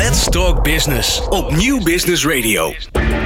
Let's Talk Business op Nieuw Business Radio.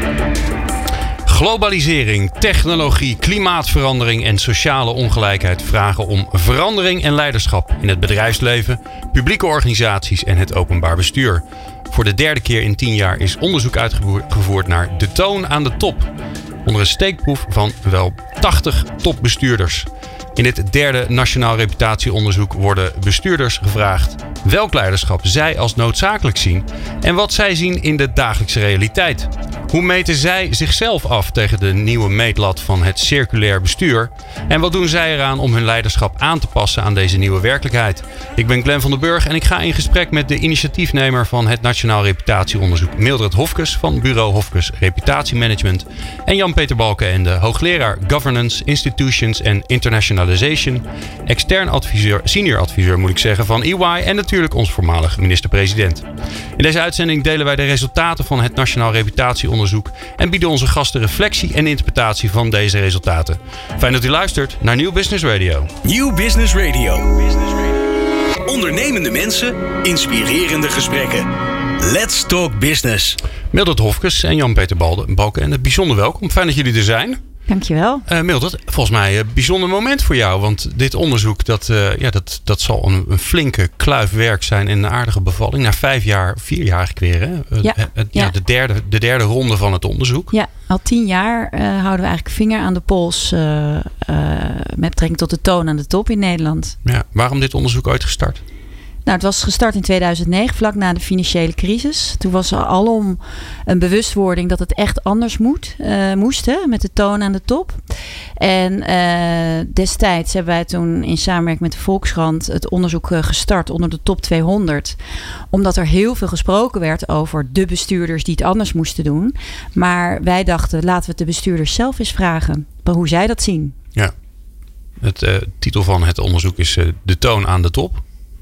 Globalisering, technologie, klimaatverandering en sociale ongelijkheid vragen om verandering en leiderschap in het bedrijfsleven, publieke organisaties en het openbaar bestuur. Voor de derde keer in 10 jaar is onderzoek uitgevoerd naar de toon aan de top. Onder een steekproef van wel 80 topbestuurders. In dit derde nationaal reputatieonderzoek worden bestuurders gevraagd welk leiderschap zij als noodzakelijk zien en wat zij zien in de dagelijkse realiteit. Hoe meten zij zichzelf af tegen de nieuwe meetlat van het circulair bestuur? En wat doen zij eraan om hun leiderschap aan te passen aan deze nieuwe werkelijkheid? Ik ben Glenn van den Burg en ik ga in gesprek met de initiatiefnemer van het Nationaal Reputatieonderzoek Mildred Hofkes van bureau Hofkes Reputatiemanagement en Jan-Peter Balkenende, hoogleraar Governance, Institutions and Internationalization, extern adviseur, senior adviseur moet ik zeggen, van EY en natuurlijk ons voormalig minister-president. In deze uitzending delen wij de resultaten van het Nationaal Reputatieonderzoek en bieden onze gasten reflectie en interpretatie van deze resultaten. Fijn dat u luistert naar Nieuw Business Radio. Nieuw Business Radio. Ondernemende mensen, inspirerende gesprekken. Let's Talk Business. Mildred Hofkes en Jan-Peter Balkenende, bijzonder welkom. Fijn dat jullie er zijn. Dankjewel. Mildred, volgens mij een bijzonder moment voor jou. Want dit onderzoek, dat zal een flinke kluif werk zijn en een aardige bevalling. Na 4 jaar eigenlijk weer. Hè? De derde ronde van het onderzoek. Ja, al 10 jaar houden we eigenlijk vinger aan de pols met betrekking tot de toon aan de top in Nederland. Ja, waarom dit onderzoek ooit gestart? Nou, het was gestart in 2009, vlak na de financiële crisis. Toen was er alom een bewustwording dat het echt anders moest met de toon aan de top. En destijds hebben wij toen in samenwerking met de Volkskrant het onderzoek gestart onder de top 200. Omdat er heel veel gesproken werd over de bestuurders die het anders moesten doen. Maar wij dachten, laten we het de bestuurders zelf eens vragen hoe zij dat zien. Ja, het titel van het onderzoek is De toon aan de top.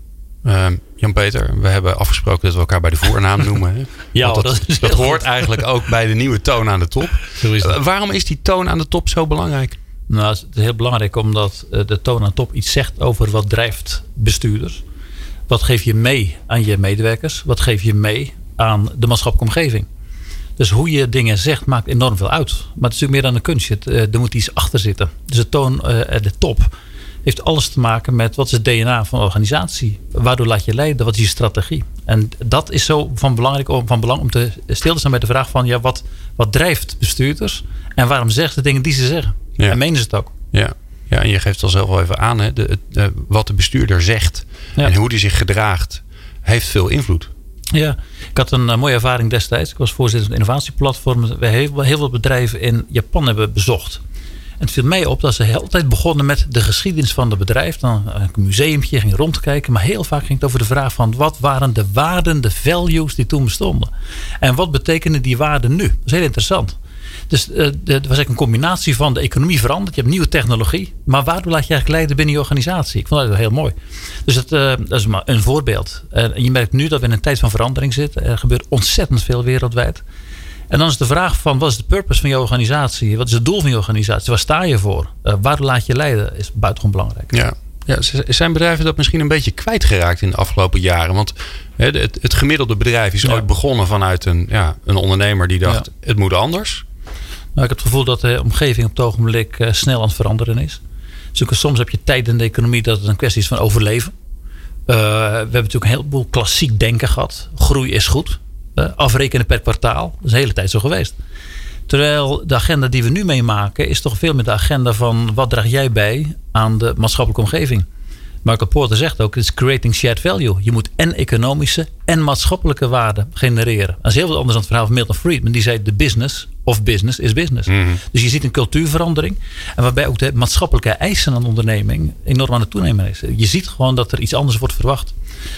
Jan-Peter, we hebben afgesproken dat we elkaar bij de voornaam noemen. Hè? Ja, dat hoort eigenlijk ook bij de nieuwe toon aan de top. Zo is het. Waarom is die toon aan de top zo belangrijk? Nou, het is heel belangrijk omdat de toon aan de top iets zegt over wat drijft bestuurders. Wat geef je mee aan je medewerkers? Wat geef je mee aan de maatschappelijke omgeving? Dus hoe je dingen zegt maakt enorm veel uit. Maar het is natuurlijk meer dan een kunstje. Er moet iets achter zitten. Dus de toon, de top, heeft alles te maken met wat is het DNA van een organisatie. Waardoor laat je leiden? Wat is je strategie? En dat is zo van belang om te stil te staan bij de vraag van wat drijft bestuurders? En waarom zeggen ze de dingen die ze zeggen? Ja. En menen ze het ook? Ja, en je geeft al zelf wel even aan. Hè? Wat de bestuurder zegt en hoe die zich gedraagt heeft veel invloed. Ja, ik had een mooie ervaring destijds. Ik was voorzitter van het innovatieplatform. We heel veel bedrijven in Japan hebben bezocht. En het viel mij op dat ze altijd begonnen met de geschiedenis van het bedrijf. Dan een museumpje, ging rondkijken. Maar heel vaak ging het over de vraag van wat waren de waarden, de values die toen bestonden. En wat betekenen die waarden nu? Dat is heel interessant. Dus er was eigenlijk een combinatie van de economie verandert. Je hebt nieuwe technologie. Maar waardoor laat je eigenlijk leiden binnen je organisatie? Ik vond dat heel mooi. Dus dat is maar een voorbeeld. En je merkt nu dat we in een tijd van verandering zitten. Er gebeurt ontzettend veel wereldwijd. En dan is de vraag van wat is de purpose van je organisatie? Wat is het doel van je organisatie? Waar sta je voor? Waardoor laat je leiden? Is buitengewoon belangrijk. Ja, zijn bedrijven dat misschien een beetje kwijtgeraakt in de afgelopen jaren? Want het gemiddelde bedrijf is ooit begonnen vanuit een ondernemer die dacht het moet anders. Nou, ik heb het gevoel dat de omgeving op het ogenblik snel aan het veranderen is. Dus soms heb je tijd in de economie dat het een kwestie is van overleven. We hebben natuurlijk een heleboel klassiek denken gehad. Groei is goed. Afrekenen per kwartaal. Dat is de hele tijd zo geweest. Terwijl de agenda die we nu meemaken is toch veel meer de agenda van wat draag jij bij aan de maatschappelijke omgeving. Michael Porter zegt ook, it's creating shared value. Je moet en economische en maatschappelijke waarden genereren. Dat is heel wat anders dan het verhaal van Milton Friedman. Die zei, the business of business is business. Mm-hmm. Dus je ziet een cultuurverandering. En waarbij ook de maatschappelijke eisen aan de onderneming enorm aan het toenemen is. Je ziet gewoon dat er iets anders wordt verwacht.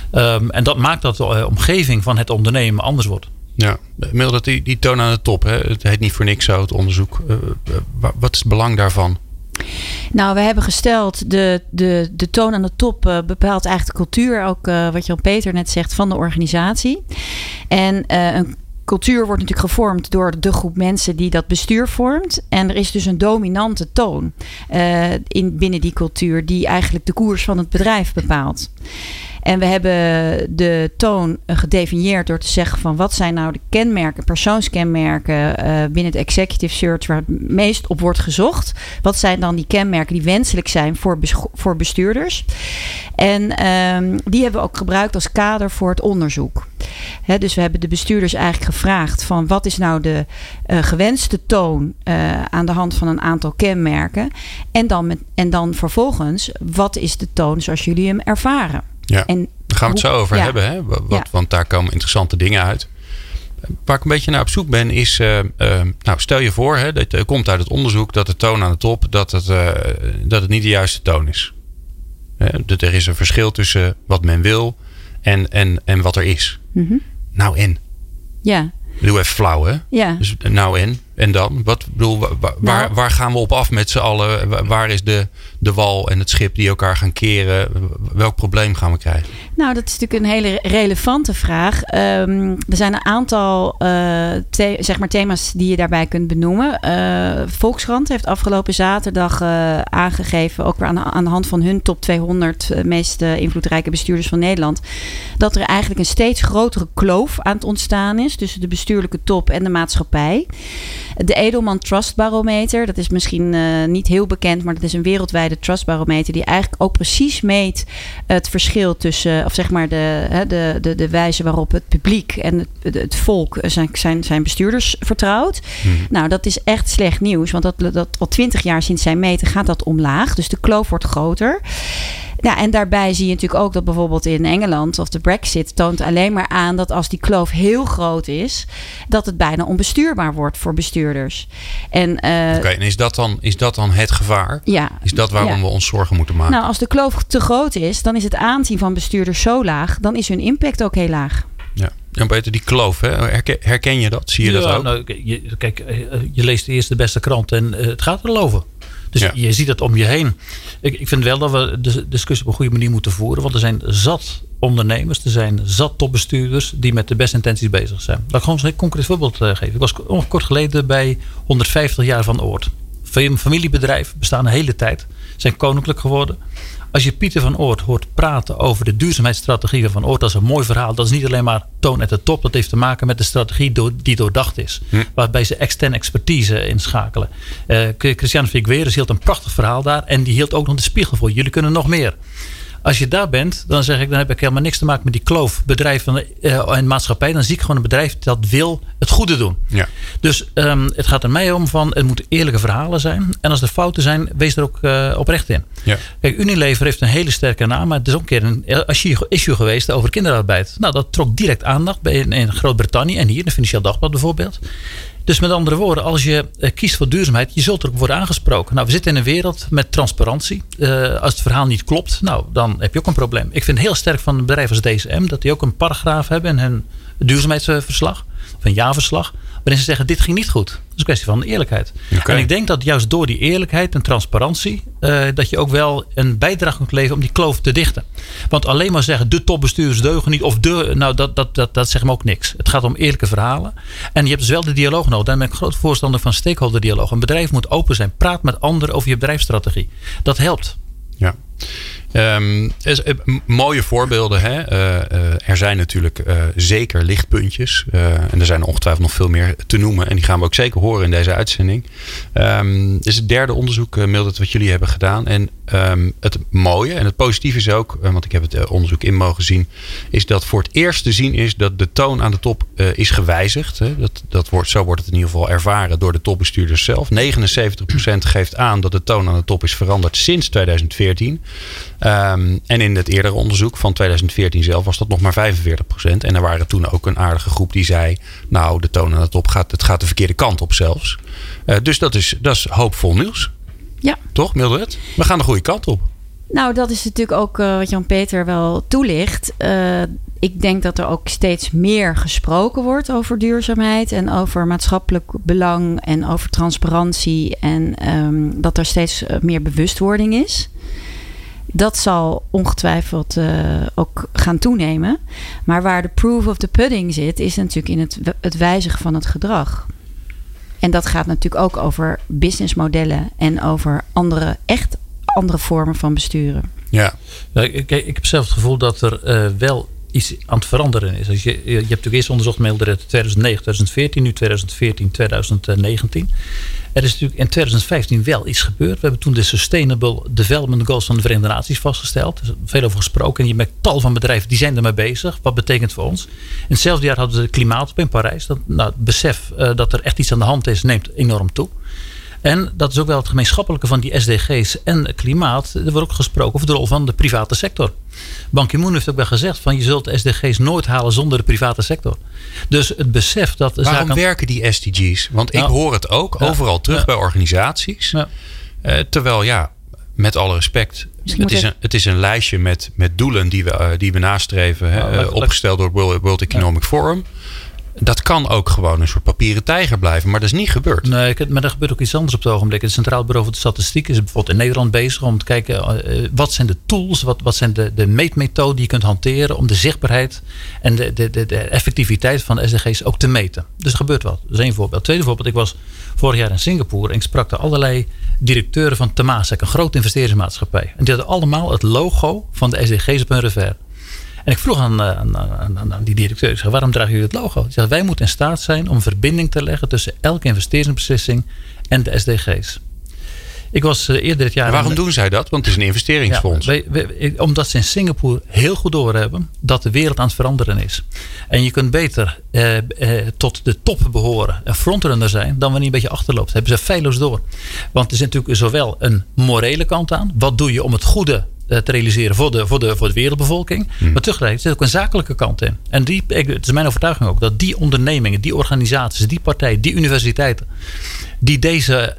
En dat maakt dat de omgeving van het ondernemen anders wordt. Ja, Mildred, die toon aan de top. Hè? Het heet niet voor niks zo, het onderzoek. Wat is het belang daarvan? Nou, we hebben gesteld, de toon aan de top bepaalt eigenlijk de cultuur. Ook wat Jan-Peter net zegt van de organisatie. En een cultuur wordt natuurlijk gevormd door de groep mensen die dat bestuur vormt. En er is dus een dominante toon binnen die cultuur die eigenlijk de koers van het bedrijf bepaalt. En we hebben de toon gedefinieerd door te zeggen van wat zijn nou de kenmerken, persoonskenmerken binnen het executive search waar het meest op wordt gezocht. Wat zijn dan die kenmerken die wenselijk zijn voor bestuurders? En die hebben we ook gebruikt als kader voor het onderzoek. Dus we hebben de bestuurders eigenlijk gevraagd van wat is nou de gewenste toon aan de hand van een aantal kenmerken. En dan vervolgens, wat is de toon zoals jullie hem ervaren? Ja, daar gaan we het zo over hebben. Hè? Want daar komen interessante dingen uit. Waar ik een beetje naar op zoek ben is... stel je voor, hè, dat komt uit het onderzoek dat de toon aan de top... dat het niet de juiste toon is. Dat er is een verschil tussen wat men wil en wat er is. Mm-hmm. Nou en? Ja. Ik bedoel even flauw, hè? Ja. Dus nou en dan? Waar gaan we op af met z'n allen? Waar is de wal en het schip die elkaar gaan keren? Welk probleem gaan we krijgen? Nou, dat is natuurlijk een hele relevante vraag. Er zijn een aantal thema's die je daarbij kunt benoemen. Volkskrant heeft afgelopen zaterdag aangegeven, ook weer aan de hand van hun top 200 meest invloedrijke bestuurders van Nederland, dat er eigenlijk een steeds grotere kloof aan het ontstaan is tussen de bestuurlijke top en de maatschappij. De Edelman Trust Barometer, dat is misschien niet heel bekend, maar dat is een wereldwijde trustbarometer die eigenlijk ook precies meet het verschil tussen, of zeg maar de wijze waarop het publiek en het volk zijn bestuurders vertrouwt. Nou, dat is echt slecht nieuws, want dat al 20 jaar sinds zij meten gaat dat omlaag. Dus de kloof wordt groter. Ja, en daarbij zie je natuurlijk ook dat bijvoorbeeld in Engeland of de Brexit toont alleen maar aan dat als die kloof heel groot is, dat het bijna onbestuurbaar wordt voor bestuurders. En is dat dan het gevaar? Ja. Is dat waarom we ons zorgen moeten maken? Nou, als de kloof te groot is, dan is het aanzien van bestuurders zo laag, dan is hun impact ook heel laag. Ja. En beter die kloof, hè? Herken je dat? Zie je dat ook? Nou, je leest eerst de beste krant en het gaat er al over. Dus je ziet het om je heen. Ik vind wel dat we de discussie op een goede manier moeten voeren. Want er zijn zat ondernemers. Er zijn zat topbestuurders die met de beste intenties bezig zijn. Laat ik gewoon een concreet voorbeeld geven. Ik was kort geleden bij 150 jaar van Oort. Familiebedrijf, bestaan een hele tijd. Zijn koninklijk geworden. Als je Pieter van Oort hoort praten over de duurzaamheidsstrategie van Oort, dat is een mooi verhaal. Dat is niet alleen maar toon at de top. Dat heeft te maken met de strategie die doordacht is. Waarbij ze externe expertise inschakelen. Christian Figueres hield een prachtig verhaal daar. En die hield ook nog de spiegel voor. Jullie kunnen nog meer. Als je daar bent, dan heb ik helemaal niks te maken met die kloof bedrijf en maatschappij. Dan zie ik gewoon een bedrijf dat wil het goede doen. Ja. Dus het gaat er mij om van, het moeten eerlijke verhalen zijn. En als er fouten zijn, wees er ook oprecht in. Ja. Kijk, Unilever heeft een hele sterke naam. Maar het is ook een keer een issue geweest over kinderarbeid. Nou, dat trok direct aandacht in Groot-Brittannië en hier in de Financieel Dagblad bijvoorbeeld. Dus met andere woorden, als je kiest voor duurzaamheid, je zult er ook worden aangesproken. Nou, we zitten in een wereld met transparantie. Als het verhaal niet klopt, nou, dan heb je ook een probleem. Ik vind het heel sterk van een bedrijf als DSM dat die ook een paragraaf hebben in hun duurzaamheidsverslag, of een jaarverslag, waarin ze zeggen, dit ging niet goed. Dat is een kwestie van eerlijkheid. Okay. En ik denk dat juist door die eerlijkheid en transparantie, dat je ook wel een bijdrage kunt leveren om die kloof te dichten. Want alleen maar zeggen, de topbestuurders deugen niet, of dat zegt me ook niks. Het gaat om eerlijke verhalen. En je hebt dus wel de dialoog nodig. Daar ben ik een groot voorstander van stakeholder dialoog. Een bedrijf moet open zijn. Praat met anderen over je bedrijfsstrategie. Dat helpt. Ja. Mooie voorbeelden. Hè? Er zijn natuurlijk zeker lichtpuntjes. En er zijn ongetwijfeld nog veel meer te noemen. En die gaan we ook zeker horen in deze uitzending. Dit is het derde onderzoek, Mildred, wat jullie hebben gedaan. En het mooie en het positieve is ook, want ik heb het onderzoek in mogen zien, is dat voor het eerst te zien is dat de toon aan de top is gewijzigd. Hè? Zo wordt het in ieder geval ervaren door de topbestuurders zelf. 79% geeft aan dat de toon aan de top is veranderd sinds 2014. En in het eerdere onderzoek van 2014 zelf was dat nog maar 45%. En er waren toen ook een aardige groep die zei, nou, de toon aan de top gaat de verkeerde kant op zelfs. Dus dat is hoopvol nieuws. Ja. Toch, Mildred? We gaan de goede kant op. Nou, dat is natuurlijk ook wat Jan-Peter wel toelicht. Ik denk dat er ook steeds meer gesproken wordt over duurzaamheid en over maatschappelijk belang en over transparantie en dat er steeds meer bewustwording is. Dat zal ongetwijfeld ook gaan toenemen. Maar waar de proof of the pudding zit, is natuurlijk in het wijzigen van het gedrag. En dat gaat natuurlijk ook over businessmodellen en over andere vormen van besturen. Ja. Ik heb zelf het gevoel dat er wel iets aan het veranderen is. Dus je hebt natuurlijk eerst onderzocht met 2009, 2014, nu 2014, 2019. Er is natuurlijk in 2015 wel iets gebeurd. We hebben toen de Sustainable Development Goals van de Verenigde Naties vastgesteld. Er is veel over gesproken. En je merkt tal van bedrijven die zijn ermee bezig. Wat betekent voor ons? In hetzelfde jaar hadden we de klimaatop in Parijs. Het besef dat er echt iets aan de hand is, neemt enorm toe. En dat is ook wel het gemeenschappelijke van die SDG's en klimaat. Er wordt ook gesproken over de rol van de private sector. Ban Ki-moon heeft ook wel gezegd van je zult de SDG's nooit halen zonder de private sector. Dus het besef dat... Waarom werken die SDG's? Want ik hoor het ook overal terug bij organisaties. Ja. Terwijl met alle respect, het is een lijstje met doelen die we nastreven. Opgesteld door het World Economic Forum. Dat kan ook gewoon een soort papieren tijger blijven. Maar dat is niet gebeurd. Nee, maar er gebeurt ook iets anders op het ogenblik. Het Centraal Bureau voor de Statistiek is bijvoorbeeld in Nederland bezig om te kijken wat zijn de tools, wat zijn de meetmethoden die je kunt hanteren om de zichtbaarheid en de effectiviteit van de SDG's ook te meten. Dus er gebeurt wat. Dat is één voorbeeld. Tweede voorbeeld, ik was vorig jaar in Singapore en ik sprak daar allerlei directeuren van Temasek, een grote investeringsmaatschappij. En die hadden allemaal het logo van de SDG's op hun revers. En ik vroeg aan die directeur, ik zeg, waarom dragen jullie het logo? Hij zegt, wij moeten in staat zijn om een verbinding te leggen tussen elke investeringsbeslissing en de SDG's. Ik was eerder dit jaar... Waarom doen zij dat? Want het is een investeringsfonds. Ja, omdat ze in Singapore heel goed doorhebben dat de wereld aan het veranderen is. En je kunt beter tot de top behoren, een frontrunner zijn, dan wanneer je een beetje achterloopt. Dat hebben ze feilloos door. Want er zit natuurlijk zowel een morele kant aan. Wat doe je om het goede te realiseren voor de wereldbevolking. Maar tegelijkertijd zit ook een zakelijke kant in. En het is mijn overtuiging ook dat die ondernemingen, die organisaties, die partijen, die universiteiten, die deze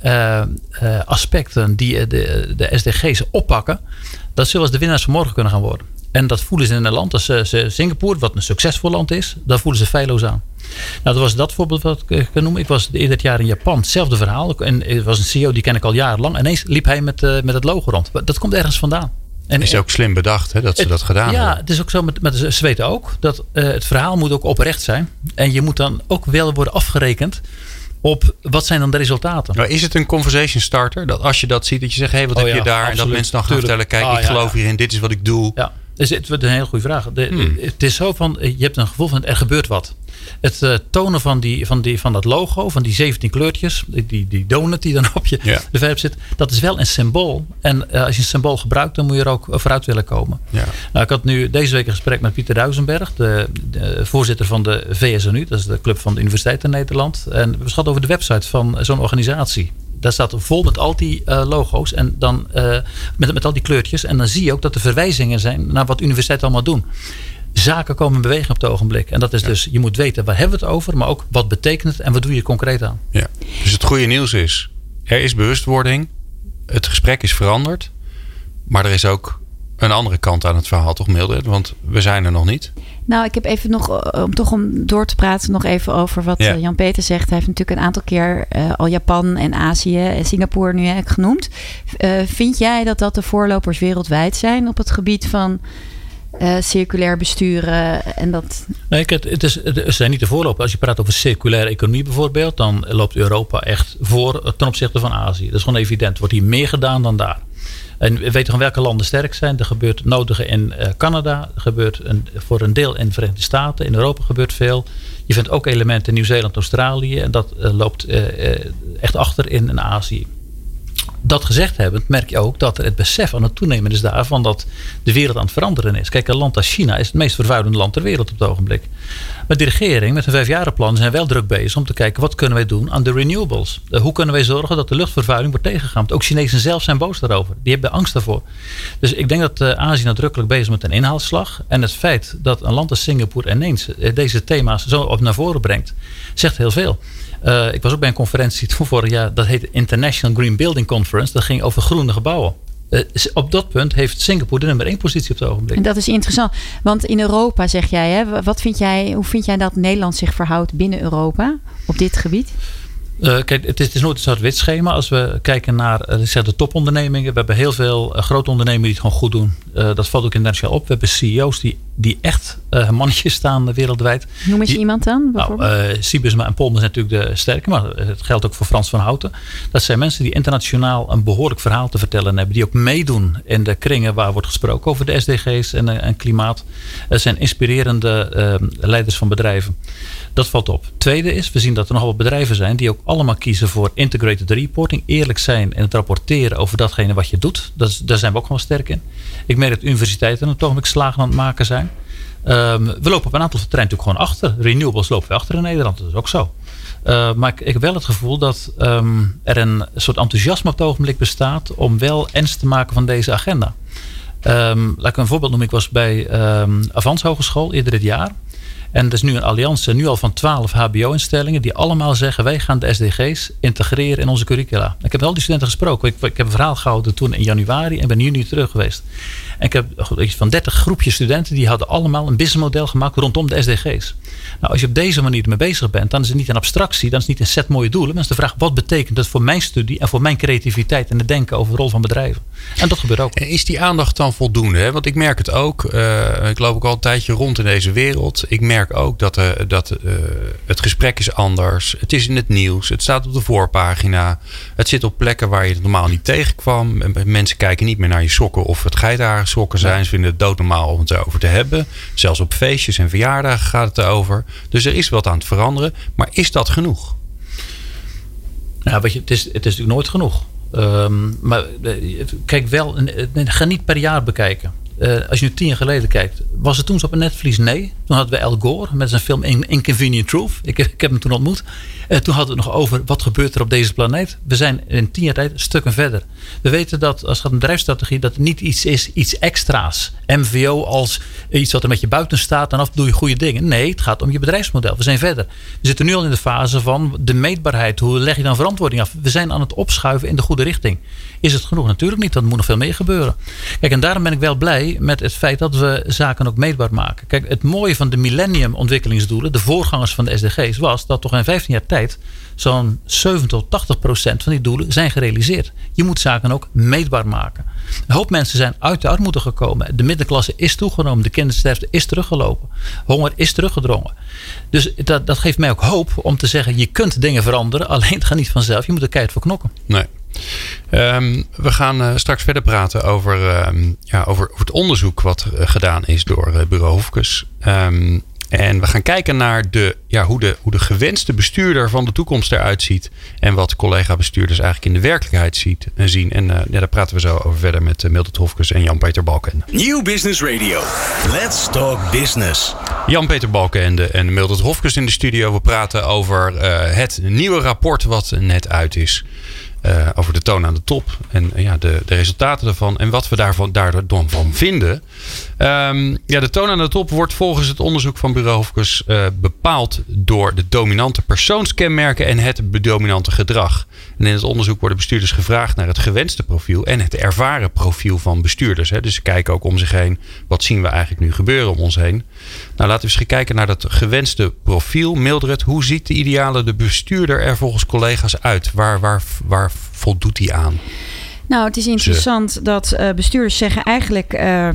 aspecten, die de SDG's oppakken, dat zullen als de winnaars van morgen kunnen gaan worden. En dat voelen ze in een land als Singapore, wat een succesvol land is, daar voelen ze feilloos aan. Nou, dat was dat voorbeeld wat ik kan noemen. Ik was eerder dit jaar in Japan, hetzelfde verhaal. En er was een CEO, die ken ik al jarenlang. En ineens liep hij met het logo rond. Dat komt ergens vandaan. En is ook slim bedacht dat ze dat gedaan hebben. Ja, het is ook zo ze weten ook dat het verhaal moet ook oprecht zijn. En je moet dan ook wel worden afgerekend op wat zijn dan de resultaten. Nou, is het een conversation starter? Dat als je dat ziet, dat je zegt, heb je daar? Absoluut. En dat mensen dan gaan vertellen, kijk, ik geloof hierin, dit is wat ik doe. Ja, dus het wordt een hele goede vraag. Het is zo van, je hebt een gevoel van, er gebeurt wat. Het tonen van dat logo, van die 17 kleurtjes, die donut die dan op je de verf zit, dat is wel een symbool. En als je een symbool gebruikt, dan moet je er ook vooruit willen komen. Ja. Nou, ik had nu deze week een gesprek met Pieter Duisenberg, de voorzitter van de VSNU, dat is de Club van de Universiteit in Nederland. En we hadden over de website van zo'n organisatie. Daar staat vol met al die logo's en dan met al die kleurtjes. En dan zie je ook dat er verwijzingen zijn naar wat universiteiten allemaal doen. Zaken komen in beweging op het ogenblik. En dat is dus, je moet weten waar hebben we het over, maar ook wat betekent het en wat doe je concreet aan. Ja. Dus het goede nieuws is, er is bewustwording, het gesprek is veranderd, maar er is ook een andere kant aan het verhaal, toch Mildred? Want we zijn er nog niet. Nou, ik heb even nog, om door te praten, nog even over wat Jan-Peter zegt. Hij heeft natuurlijk een aantal keer al Japan en Azië en Singapore nu genoemd. Vind jij dat de voorlopers wereldwijd zijn op het gebied van circulair besturen en dat? Nee, het zijn niet de voorlopers. Als je praat over circulaire economie bijvoorbeeld, dan loopt Europa echt voor ten opzichte van Azië. Dat is gewoon evident. Wordt hier meer gedaan dan daar. En we weten van welke landen sterk zijn. Er gebeurt het nodige in Canada. Er gebeurt voor een deel in de Verenigde Staten. In Europa gebeurt veel. Je vindt ook elementen in Nieuw-Zeeland, Australië. En dat loopt echt achter in Azië. Dat gezegd hebbend merk je ook dat er het besef aan het toenemen is daarvan dat de wereld aan het veranderen is. Kijk, een land als China is het meest vervuilende land ter wereld op het ogenblik. Maar de regering met een 5-jarenplan zijn wel druk bezig om te kijken wat kunnen wij doen aan de renewables. Hoe kunnen wij zorgen dat de luchtvervuiling wordt tegengegaan. Want ook Chinezen zelf zijn boos daarover. Die hebben angst daarvoor. Dus ik denk dat Azië nadrukkelijk bezig is met een inhaalslag. En het feit dat een land als Singapore ineens deze thema's zo op naar voren brengt, zegt heel veel. Ik was ook bij een conferentie toen vorig jaar. Dat heet International Green Building Conference. Dat ging over groene gebouwen. Op dat punt heeft Singapore de nummer 1 positie op het ogenblik. En dat is interessant. Want in Europa zeg jij, hè, hoe vind jij dat Nederland zich verhoudt binnen Europa op dit gebied? Kijk, het is nooit een zwart-wit schema. Als we kijken naar de topondernemingen. We hebben heel veel grote ondernemingen die het gewoon goed doen. Dat valt ook internationaal op. We hebben CEO's die die echt mannetjes staan wereldwijd. Noem eens iemand dan? Siebesma en Polman zijn natuurlijk de sterke, maar het geldt ook voor Frans van Houten. Dat zijn mensen die internationaal een behoorlijk verhaal te vertellen hebben. Die ook meedoen in de kringen waar wordt gesproken over de SDG's en klimaat. Het zijn inspirerende leiders van bedrijven. Dat valt op. Tweede is, we zien dat er nogal wat bedrijven zijn die ook allemaal kiezen voor integrated reporting. Eerlijk zijn en het rapporteren over datgene wat je doet. Daar zijn we ook gewoon sterk in. Ik merk dat universiteiten er toch een slagen aan het maken zijn. We lopen op een aantal terreinen natuurlijk gewoon achter. Renewables lopen we achter in Nederland. Dat is ook zo. Maar ik heb wel het gevoel dat er een soort enthousiasme op het ogenblik bestaat om wel ernst te maken van deze agenda. Laat ik een voorbeeld noemen. Ik was bij Avans Hogeschool eerder dit jaar. En er is nu een alliantie nu al van 12 hbo-instellingen die allemaal zeggen wij gaan de SDG's integreren in onze curricula. Ik heb al die studenten gesproken. Ik heb een verhaal gehouden toen in januari en ben in juni terug geweest. En ik heb van 30 groepjes studenten die hadden allemaal een businessmodel gemaakt rondom de SDG's. Nou, als je op deze manier ermee bezig bent, dan is het niet een abstractie, dan is het niet een set mooie doelen. Maar is de vraag, wat betekent dat voor mijn studie en voor mijn creativiteit en het denken over de rol van bedrijven? En dat gebeurt ook. En is die aandacht dan voldoende? Hè? Want ik merk het ook. Ik loop ook al een tijdje rond in deze wereld. Ik merk ook dat het gesprek is anders. Het is in het nieuws. Het staat op de voorpagina. Het zit op plekken waar je het normaal niet tegenkwam. Mensen kijken niet meer naar je sokken of het geitenharen sokken zijn. Ze vinden het doodnormaal om het erover te hebben. Zelfs op feestjes en verjaardagen gaat het erover. Dus er is wat aan het veranderen. Maar is dat genoeg? Ja, weet je, het is natuurlijk nooit genoeg. Maar kijk wel, ga niet per jaar bekijken. Als je nu 10 jaar geleden kijkt, was het toen zo op een netvlies? Nee. Toen hadden we Al Gore met zijn film Inconvenient Truth. Ik heb hem toen ontmoet. Toen hadden we het nog over wat gebeurt er op deze planeet. We zijn in 10 jaar tijd stukken verder. We weten dat als het gaat om bedrijfsstrategie, dat het niet iets is, iets extra's. MVO als iets wat er met je buiten staat en af doe je goede dingen. Nee, het gaat om je bedrijfsmodel. We zijn verder. We zitten nu al in de fase van de meetbaarheid. Hoe leg je dan verantwoording af? We zijn aan het opschuiven in de goede richting. Is het genoeg? Natuurlijk niet. Er moet nog veel meer gebeuren. Kijk, en daarom ben ik wel blij met het feit dat we zaken ook meetbaar maken. Kijk, het mooie van de Millennium ontwikkelingsdoelen, de voorgangers van de SDG's, was dat toch in 15 jaar tijd zo'n 70-80% van die doelen zijn gerealiseerd. Je moet zaken ook meetbaar maken. Een hoop mensen zijn uit de armoede gekomen. De middenklasse is toegenomen. De kindersterfte is teruggelopen. Honger is teruggedrongen. Dus dat geeft mij ook hoop om te zeggen, je kunt dingen veranderen. Alleen het gaat niet vanzelf. Je moet er keihard voor knokken. Nee. We gaan straks verder praten over het onderzoek wat gedaan is door bureau Hofkes. En we gaan kijken naar hoe de gewenste bestuurder van de toekomst eruit ziet. En wat collega-bestuurders eigenlijk in de werkelijkheid zien. En daar praten we zo over verder met Mildred Hofkes en Jan-Peter Balkenende. Nieuw Business Radio. Let's talk business. Jan-Peter Balkenende en Mildred Hofkes in de studio. We praten over het nieuwe rapport wat net uit is. Over de toon aan de top en de resultaten daarvan en wat we daarvan vinden. De toon aan de top wordt volgens het onderzoek van bureau Hofkes bepaald door de dominante persoonskenmerken en het dominante gedrag. En in het onderzoek worden bestuurders gevraagd naar het gewenste profiel en het ervaren profiel van bestuurders. Dus ze kijken ook om zich heen. Wat zien we eigenlijk nu gebeuren om ons heen? Nou, laten we eens gaan kijken naar dat gewenste profiel. Mildred, hoe ziet de ideale bestuurder er volgens collega's uit? Waar voldoet hij aan? Nou, het is interessant dat bestuurders zeggen eigenlijk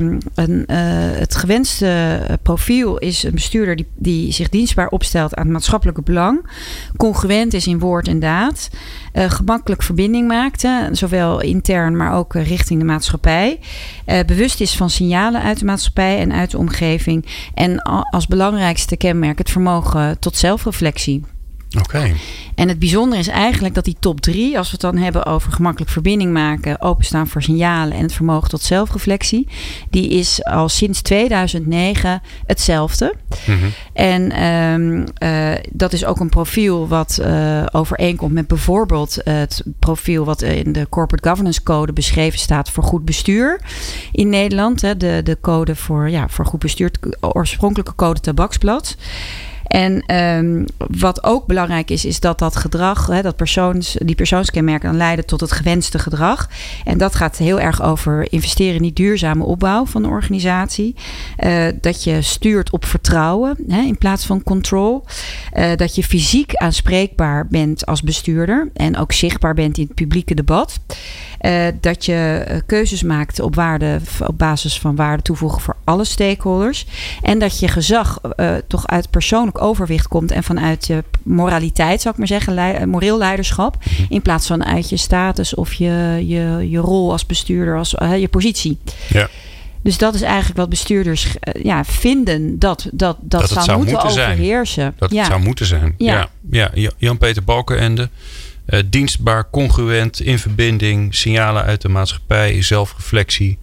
het gewenste profiel is een bestuurder die zich dienstbaar opstelt aan het maatschappelijke belang, congruent is in woord en daad, gemakkelijk verbinding maakt, zowel intern maar ook richting de maatschappij, bewust is van signalen uit de maatschappij en uit de omgeving en als belangrijkste kenmerk het vermogen tot zelfreflectie. Okay. En het bijzondere is eigenlijk dat die top 3, als we het dan hebben over gemakkelijk verbinding maken, openstaan voor signalen en het vermogen tot zelfreflectie, die is al sinds 2009 hetzelfde. Mm-hmm. En dat is ook een profiel wat overeenkomt met bijvoorbeeld het profiel wat in de Corporate Governance Code beschreven staat voor goed bestuur in Nederland. De code voor goed bestuur, de oorspronkelijke code tabaksblad. En wat ook belangrijk is dat gedrag, die persoonskenmerken dan leiden tot het gewenste gedrag. En dat gaat heel erg over investeren in die duurzame opbouw van de organisatie. Dat je stuurt op vertrouwen in plaats van control. Dat je fysiek aanspreekbaar bent als bestuurder en ook zichtbaar bent in het publieke debat. Dat je keuzes maakt op basis van waarde toevoegen voor alle stakeholders. En dat je gezag toch uit persoonlijk overwicht komt en vanuit je moraliteit, zou ik maar zeggen, moreel leiderschap. In plaats van uit je status of je rol als bestuurder, als je positie. Ja. Dus dat is eigenlijk wat bestuurders vinden dat zou moeten overheersen. Zijn. Dat het zou moeten zijn. Ja. Jan-Peter Balkenende. Dienstbaar, congruent, in verbinding, signalen uit de maatschappij, zelfreflectie.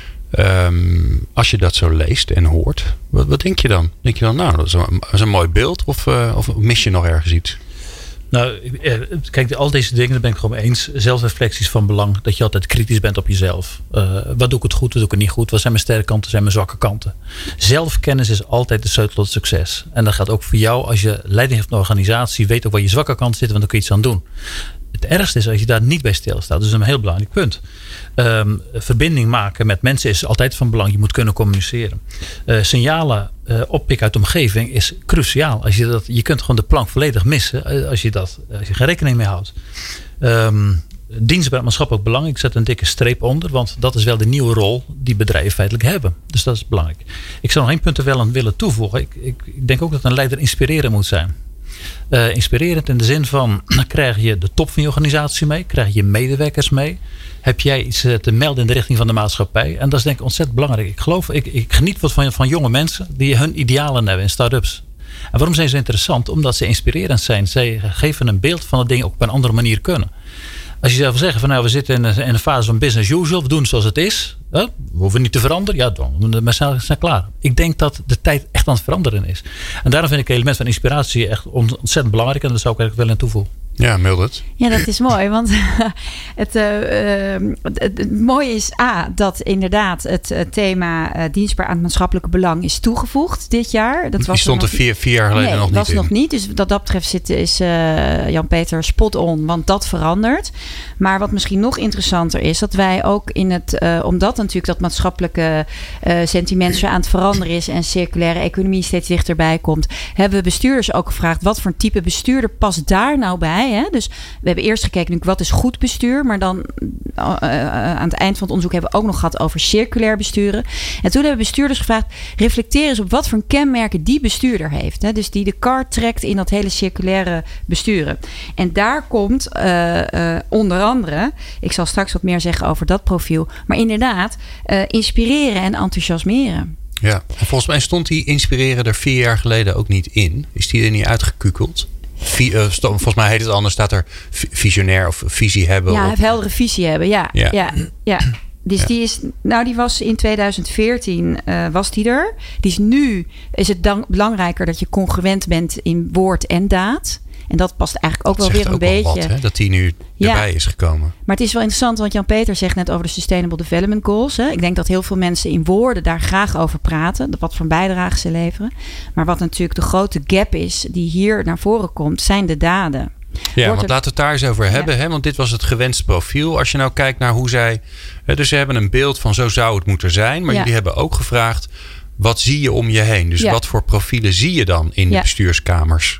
Als je dat zo leest en hoort, wat denk je dan? Denk je dan, nou, dat is een mooi beeld of mis je nog ergens iets? Nou, kijk, al deze dingen, daar ben ik gewoon mee eens. Zelfreflectie is van belang. Dat je altijd kritisch bent op jezelf. Wat doe ik het goed, wat doe ik het niet goed? Wat zijn mijn sterke kanten, wat zijn mijn zwakke kanten? Zelfkennis is altijd de sleutel tot succes. En dat gaat ook voor jou als je leiding heeft van een organisatie. Weet ook waar je zwakke kanten zitten, want dan kun je iets aan doen. Het ergste is als je daar niet bij stilstaat. Dus dat is een heel belangrijk punt. Verbinding maken met mensen is altijd van belang. Je moet kunnen communiceren. Signalen oppikken uit de omgeving is cruciaal. Je kunt gewoon de plank volledig missen als je geen rekening mee houdt. Dienstbaar maatschappelijk belang. Ik zet een dikke streep onder. Want dat is wel de nieuwe rol die bedrijven feitelijk hebben. Dus dat is belangrijk. Ik zou nog 1 punt er wel aan willen toevoegen. Ik denk ook dat een leider inspirerend moet zijn. Inspirerend in de zin van, krijg je de top van je organisatie mee? Krijg je medewerkers mee? Heb jij iets te melden in de richting van de maatschappij? En dat is denk ik ontzettend belangrijk. Ik geniet van jonge mensen die hun idealen hebben in start-ups. En waarom zijn ze interessant? Omdat ze inspirerend zijn. Zij geven een beeld van de dingen ook op een andere manier kunnen. Als je zou zeggen van we zitten in een fase van business usual. We doen zoals het is. We hoeven niet te veranderen. Ja, dan zijn klaar. Ik denk dat de tijd echt aan het veranderen is. En daarom vind ik het element van inspiratie echt ontzettend belangrijk. En daar zou ik eigenlijk wel aan toevoegen. Ja, Mildred. Ja, dat is mooi. Want het mooie is dat inderdaad het thema dienstbaar aan het maatschappelijke belang is toegevoegd dit jaar. Dat Die stond er 4 jaar geleden nog niet in. Dat was nog niet. Dus wat dat betreft is Jan-Peter spot on. Want dat verandert. Maar wat misschien nog interessanter is, dat wij ook in omdat natuurlijk dat maatschappelijke sentiment zo aan het veranderen is en circulaire economie steeds dichterbij komt, hebben we bestuurders ook gevraagd, wat voor een type bestuurder past daar nou bij? Hè? Dus we hebben eerst gekeken, wat is goed bestuur? Maar dan aan het eind van het onderzoek hebben we ook nog gehad over circulair besturen. En toen hebben bestuurders gevraagd, reflecteer eens op wat voor kenmerken die bestuurder heeft. Hè? Dus die de kar trekt in dat hele circulaire besturen. En daar komt onder andere, ik zal straks wat meer zeggen over dat profiel, maar inderdaad inspireren en enthousiasmeren. Ja, en volgens mij stond die inspireren er 4 jaar geleden ook niet in. Is die er niet uitgekukeld? Volgens mij heet het anders, staat er visionair of visie hebben. Ja, heldere visie hebben, ja. Dus die was in 2014 was die er. Is het belangrijker dat je congruent bent in woord en daad. En dat past eigenlijk ook wel weer een beetje. Wat, hè? Dat die nu erbij is gekomen. Maar het is wel interessant, want Jan-Peter zegt net over de Sustainable Development Goals. Hè. Ik denk dat heel veel mensen in woorden daar graag over praten. Wat voor bijdrage ze leveren. Maar wat natuurlijk de grote gap is die hier naar voren komt, zijn de daden. Ja, want laten we het daar eens over hebben. Hè? Want dit was het gewenste profiel. Als je nou kijkt naar hoe zij... Dus ze hebben een beeld van zo zou het moeten zijn. Maar jullie hebben ook gevraagd, wat zie je om je heen? Dus wat voor profielen zie je dan in de bestuurskamers?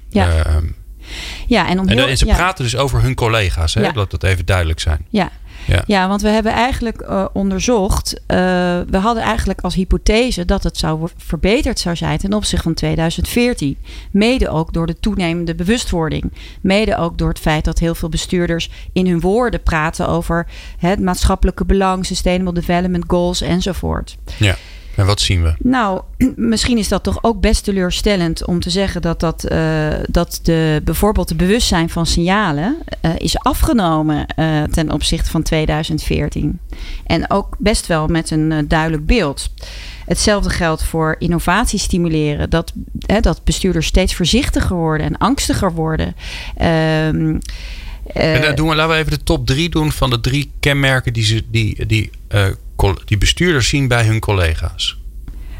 En ze praten dus over hun collega's. Hè? Laat dat even duidelijk zijn. Ja, want we hebben eigenlijk onderzocht. We hadden eigenlijk als hypothese dat het verbeterd zou zijn ten opzichte van 2014. Mede ook door de toenemende bewustwording. Mede ook door het feit dat heel veel bestuurders in hun woorden praten over het maatschappelijke belang, Sustainable Development Goals enzovoort. Ja. En wat zien we? Nou, misschien is dat toch ook best teleurstellend om te zeggen dat bijvoorbeeld de bewustzijn van signalen is afgenomen ten opzichte van 2014. En ook best wel met een duidelijk beeld. Hetzelfde geldt voor innovatie stimuleren. Dat bestuurders steeds voorzichtiger worden en angstiger worden. En laten we even de top 3 doen van de 3 kenmerken die bestuurders zien bij hun collega's.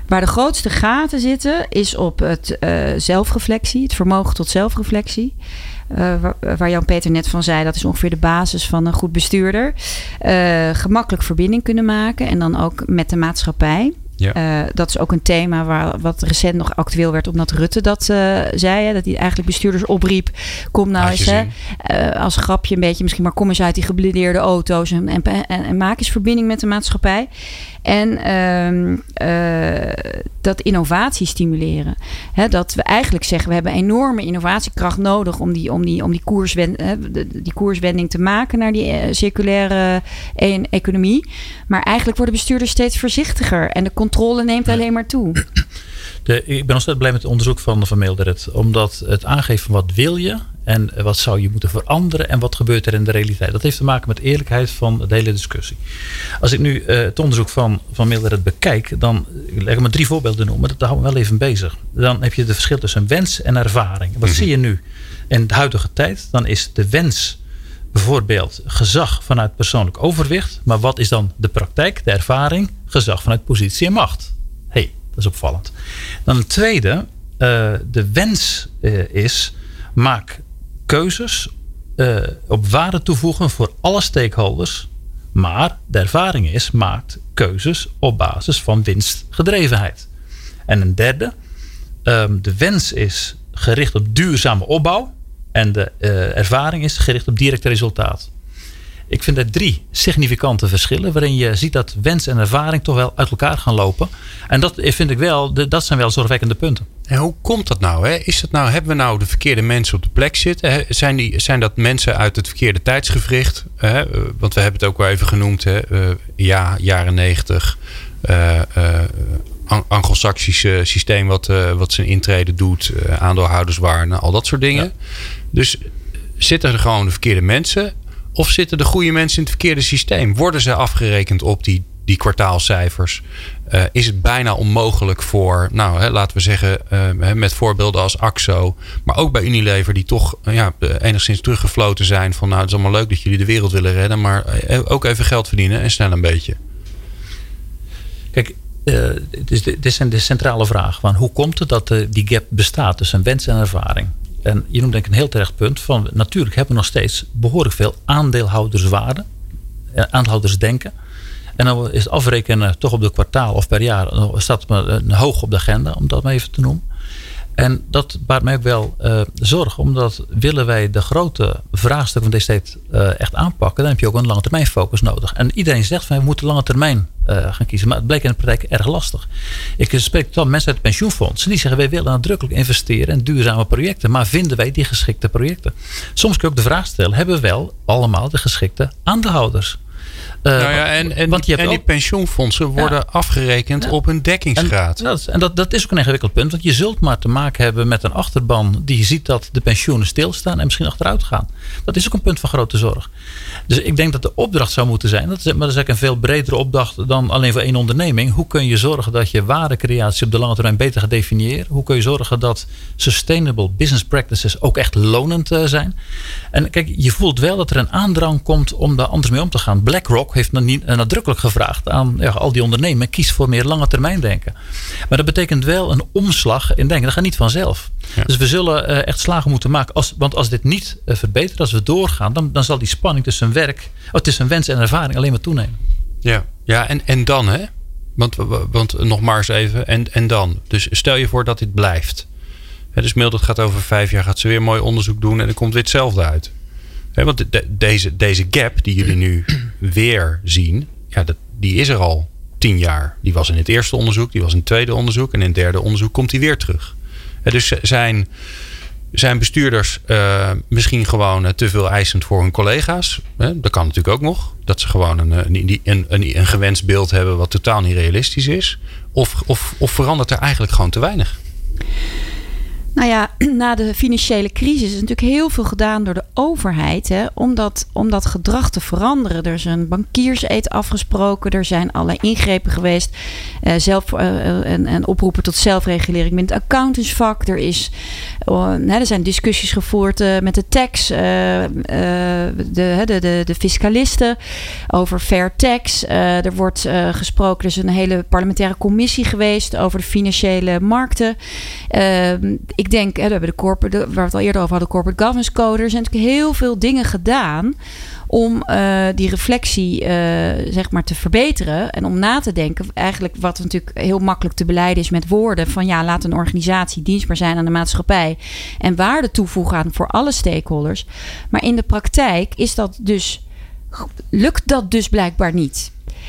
Waar de grootste gaten zitten is op het zelfreflectie, het vermogen tot zelfreflectie. Waar Jan-Peter net van zei, dat is ongeveer de basis van een goed bestuurder. Gemakkelijk verbinding kunnen maken en dan ook met de maatschappij. Ja. Dat is ook een thema wat recent nog actueel werd, omdat Rutte dat zei. Hè, dat hij eigenlijk bestuurders opriep. Kom nou eens, als grapje een beetje misschien, maar kom eens uit die geblindeerde auto's en maak eens verbinding met de maatschappij. En dat innovatie stimuleren. Hè, dat we eigenlijk zeggen, we hebben enorme innovatiekracht nodig om die koerswending te maken naar die circulaire economie. Maar eigenlijk worden bestuurders steeds voorzichtiger en de controle neemt alleen maar toe. Ik ben ontzettend blij met het onderzoek van Mildred. Omdat het aangeeft van wat wil je en wat zou je moeten veranderen en wat gebeurt er in de realiteit. Dat heeft te maken met eerlijkheid van de hele discussie. Als ik nu het onderzoek van Mildred bekijk, dan leg ik maar 3 voorbeelden noemen. Dat houden we wel even bezig. Dan heb je het verschil tussen wens en ervaring. Wat zie je nu in de huidige tijd? Dan is de wens bijvoorbeeld gezag vanuit persoonlijk overwicht. Maar wat is dan de praktijk, de ervaring? Gezag vanuit positie en macht. Dat is opvallend. Dan een tweede. De wens is, maak keuzes op waarde toevoegen voor alle stakeholders. Maar de ervaring is, maak keuzes op basis van winstgedrevenheid. En een derde. De wens is gericht op duurzame opbouw. En de ervaring is gericht op direct resultaat. Ik vind er 3 significante verschillen waarin je ziet dat wens en ervaring toch wel uit elkaar gaan lopen. En dat vind ik wel, dat zijn wel zorgwekkende punten. En hoe komt dat nou? Hè? Hebben we nou de verkeerde mensen op de plek zitten? Zijn dat mensen uit het verkeerde tijdsgewricht? Want we hebben het ook wel even genoemd. Jaren 90. Anglo-Saxische systeem wat zijn intrede doet. Aandeelhouderswaarden, al dat soort dingen. Ja. Dus zitten er gewoon de verkeerde mensen? Of zitten de goede mensen in het verkeerde systeem? Worden ze afgerekend op die kwartaalcijfers? Is het bijna onmogelijk voor, laten we zeggen, met voorbeelden als AXO, maar ook bij Unilever, die toch enigszins teruggefloten zijn van, het is allemaal leuk dat jullie de wereld willen redden, maar ook even geld verdienen en snel een beetje. Kijk, dit is de centrale vraag. Van hoe komt het dat die gap bestaat tussen wens en ervaring? En je noemt denk ik een heel terecht punt van, natuurlijk hebben we nog steeds behoorlijk veel aandeelhouderswaarde, aandeelhoudersdenken. En dan is het afrekenen toch op de kwartaal of per jaar staat me hoog op de agenda, om dat maar even te noemen. En dat baart mij ook wel zorg, omdat willen wij de grote vraagstukken van deze tijd echt aanpakken, dan heb je ook een lange termijn focus nodig. En iedereen zegt van we moeten lange termijn gaan kiezen, maar het bleek in de praktijk erg lastig. Ik spreek dan mensen uit het pensioenfonds, die zeggen wij willen nadrukkelijk investeren in duurzame projecten, maar vinden wij die geschikte projecten? Soms kun je ook de vraag stellen, hebben we wel allemaal de geschikte aandeelhouders? Die pensioenfondsen worden afgerekend op een dekkingsgraad. En dat is ook een ingewikkeld punt. Want je zult maar te maken hebben met een achterban die ziet dat de pensioenen stilstaan en misschien achteruit gaan. Dat is ook een punt van grote zorg. Dus ik denk dat de opdracht zou moeten zijn. Maar dat is eigenlijk een veel bredere opdracht dan alleen voor één onderneming. Hoe kun je zorgen dat je waardecreatie op de lange termijn beter gaat definiëren? Hoe kun je zorgen dat sustainable business practices ook echt lonend zijn? En kijk, je voelt wel dat er een aandrang komt om daar anders mee om te gaan. BlackRock heeft nadrukkelijk gevraagd aan al die ondernemers, kies voor meer lange termijn denken. Maar dat betekent wel een omslag in denken. Dat gaat niet vanzelf. Ja. Dus we zullen echt slagen moeten maken. Want als dit niet verbetert, als we doorgaan, dan zal die spanning tussen wens en ervaring alleen maar toenemen. Ja, en dan hè? Want nog maar eens even. En dan? Dus stel je voor dat dit blijft. Dus Mildred gaat over 5 jaar gaat ze weer mooi onderzoek doen en dan komt weer hetzelfde uit. Want deze gap die jullie nu weer zien, die is er al 10 jaar. Die was in het eerste onderzoek, die was in het tweede onderzoek en in het derde onderzoek komt die weer terug. Dus zijn bestuurders misschien gewoon te veel eisend voor hun collega's? Dat kan natuurlijk ook nog. Dat ze gewoon een gewenst beeld hebben wat totaal niet realistisch is. Of verandert er eigenlijk gewoon te weinig? Nou ja, na de financiële crisis is natuurlijk heel veel gedaan door de overheid. Hè, om dat gedrag te veranderen. Er is een bankierseed afgesproken. Er zijn allerlei ingrepen geweest. En oproepen tot zelfregulering met het accountantsvak. Er zijn discussies gevoerd met de tax. De fiscalisten over fair tax. Er wordt gesproken. Er is een hele parlementaire commissie geweest over de financiële markten. Ik denk, we hebben waar we het al eerder over hadden, corporate governance code. Er zijn natuurlijk heel veel dingen gedaan om die reflectie zeg maar te verbeteren. En om na te denken, eigenlijk wat natuurlijk heel makkelijk te beleiden is met woorden. Van ja, laat een organisatie dienstbaar zijn aan de maatschappij. En waarde toevoegen aan voor alle stakeholders. Maar in de praktijk lukt dat dus blijkbaar niet.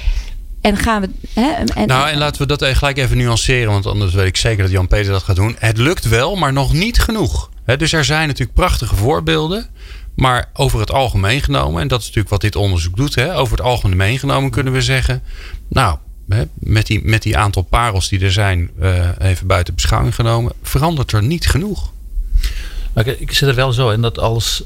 En gaan we. En laten we dat gelijk even nuanceren. Want anders weet ik zeker dat Jan-Peter dat gaat doen. Het lukt wel, maar nog niet genoeg. Dus er zijn natuurlijk prachtige voorbeelden. Maar over het algemeen genomen. En dat is natuurlijk wat dit onderzoek doet. Over het algemeen genomen kunnen we zeggen. Nou, met die aantal parels die er zijn. Even buiten beschouwing genomen. Verandert er niet genoeg. Maar ik zit er wel zo in dat als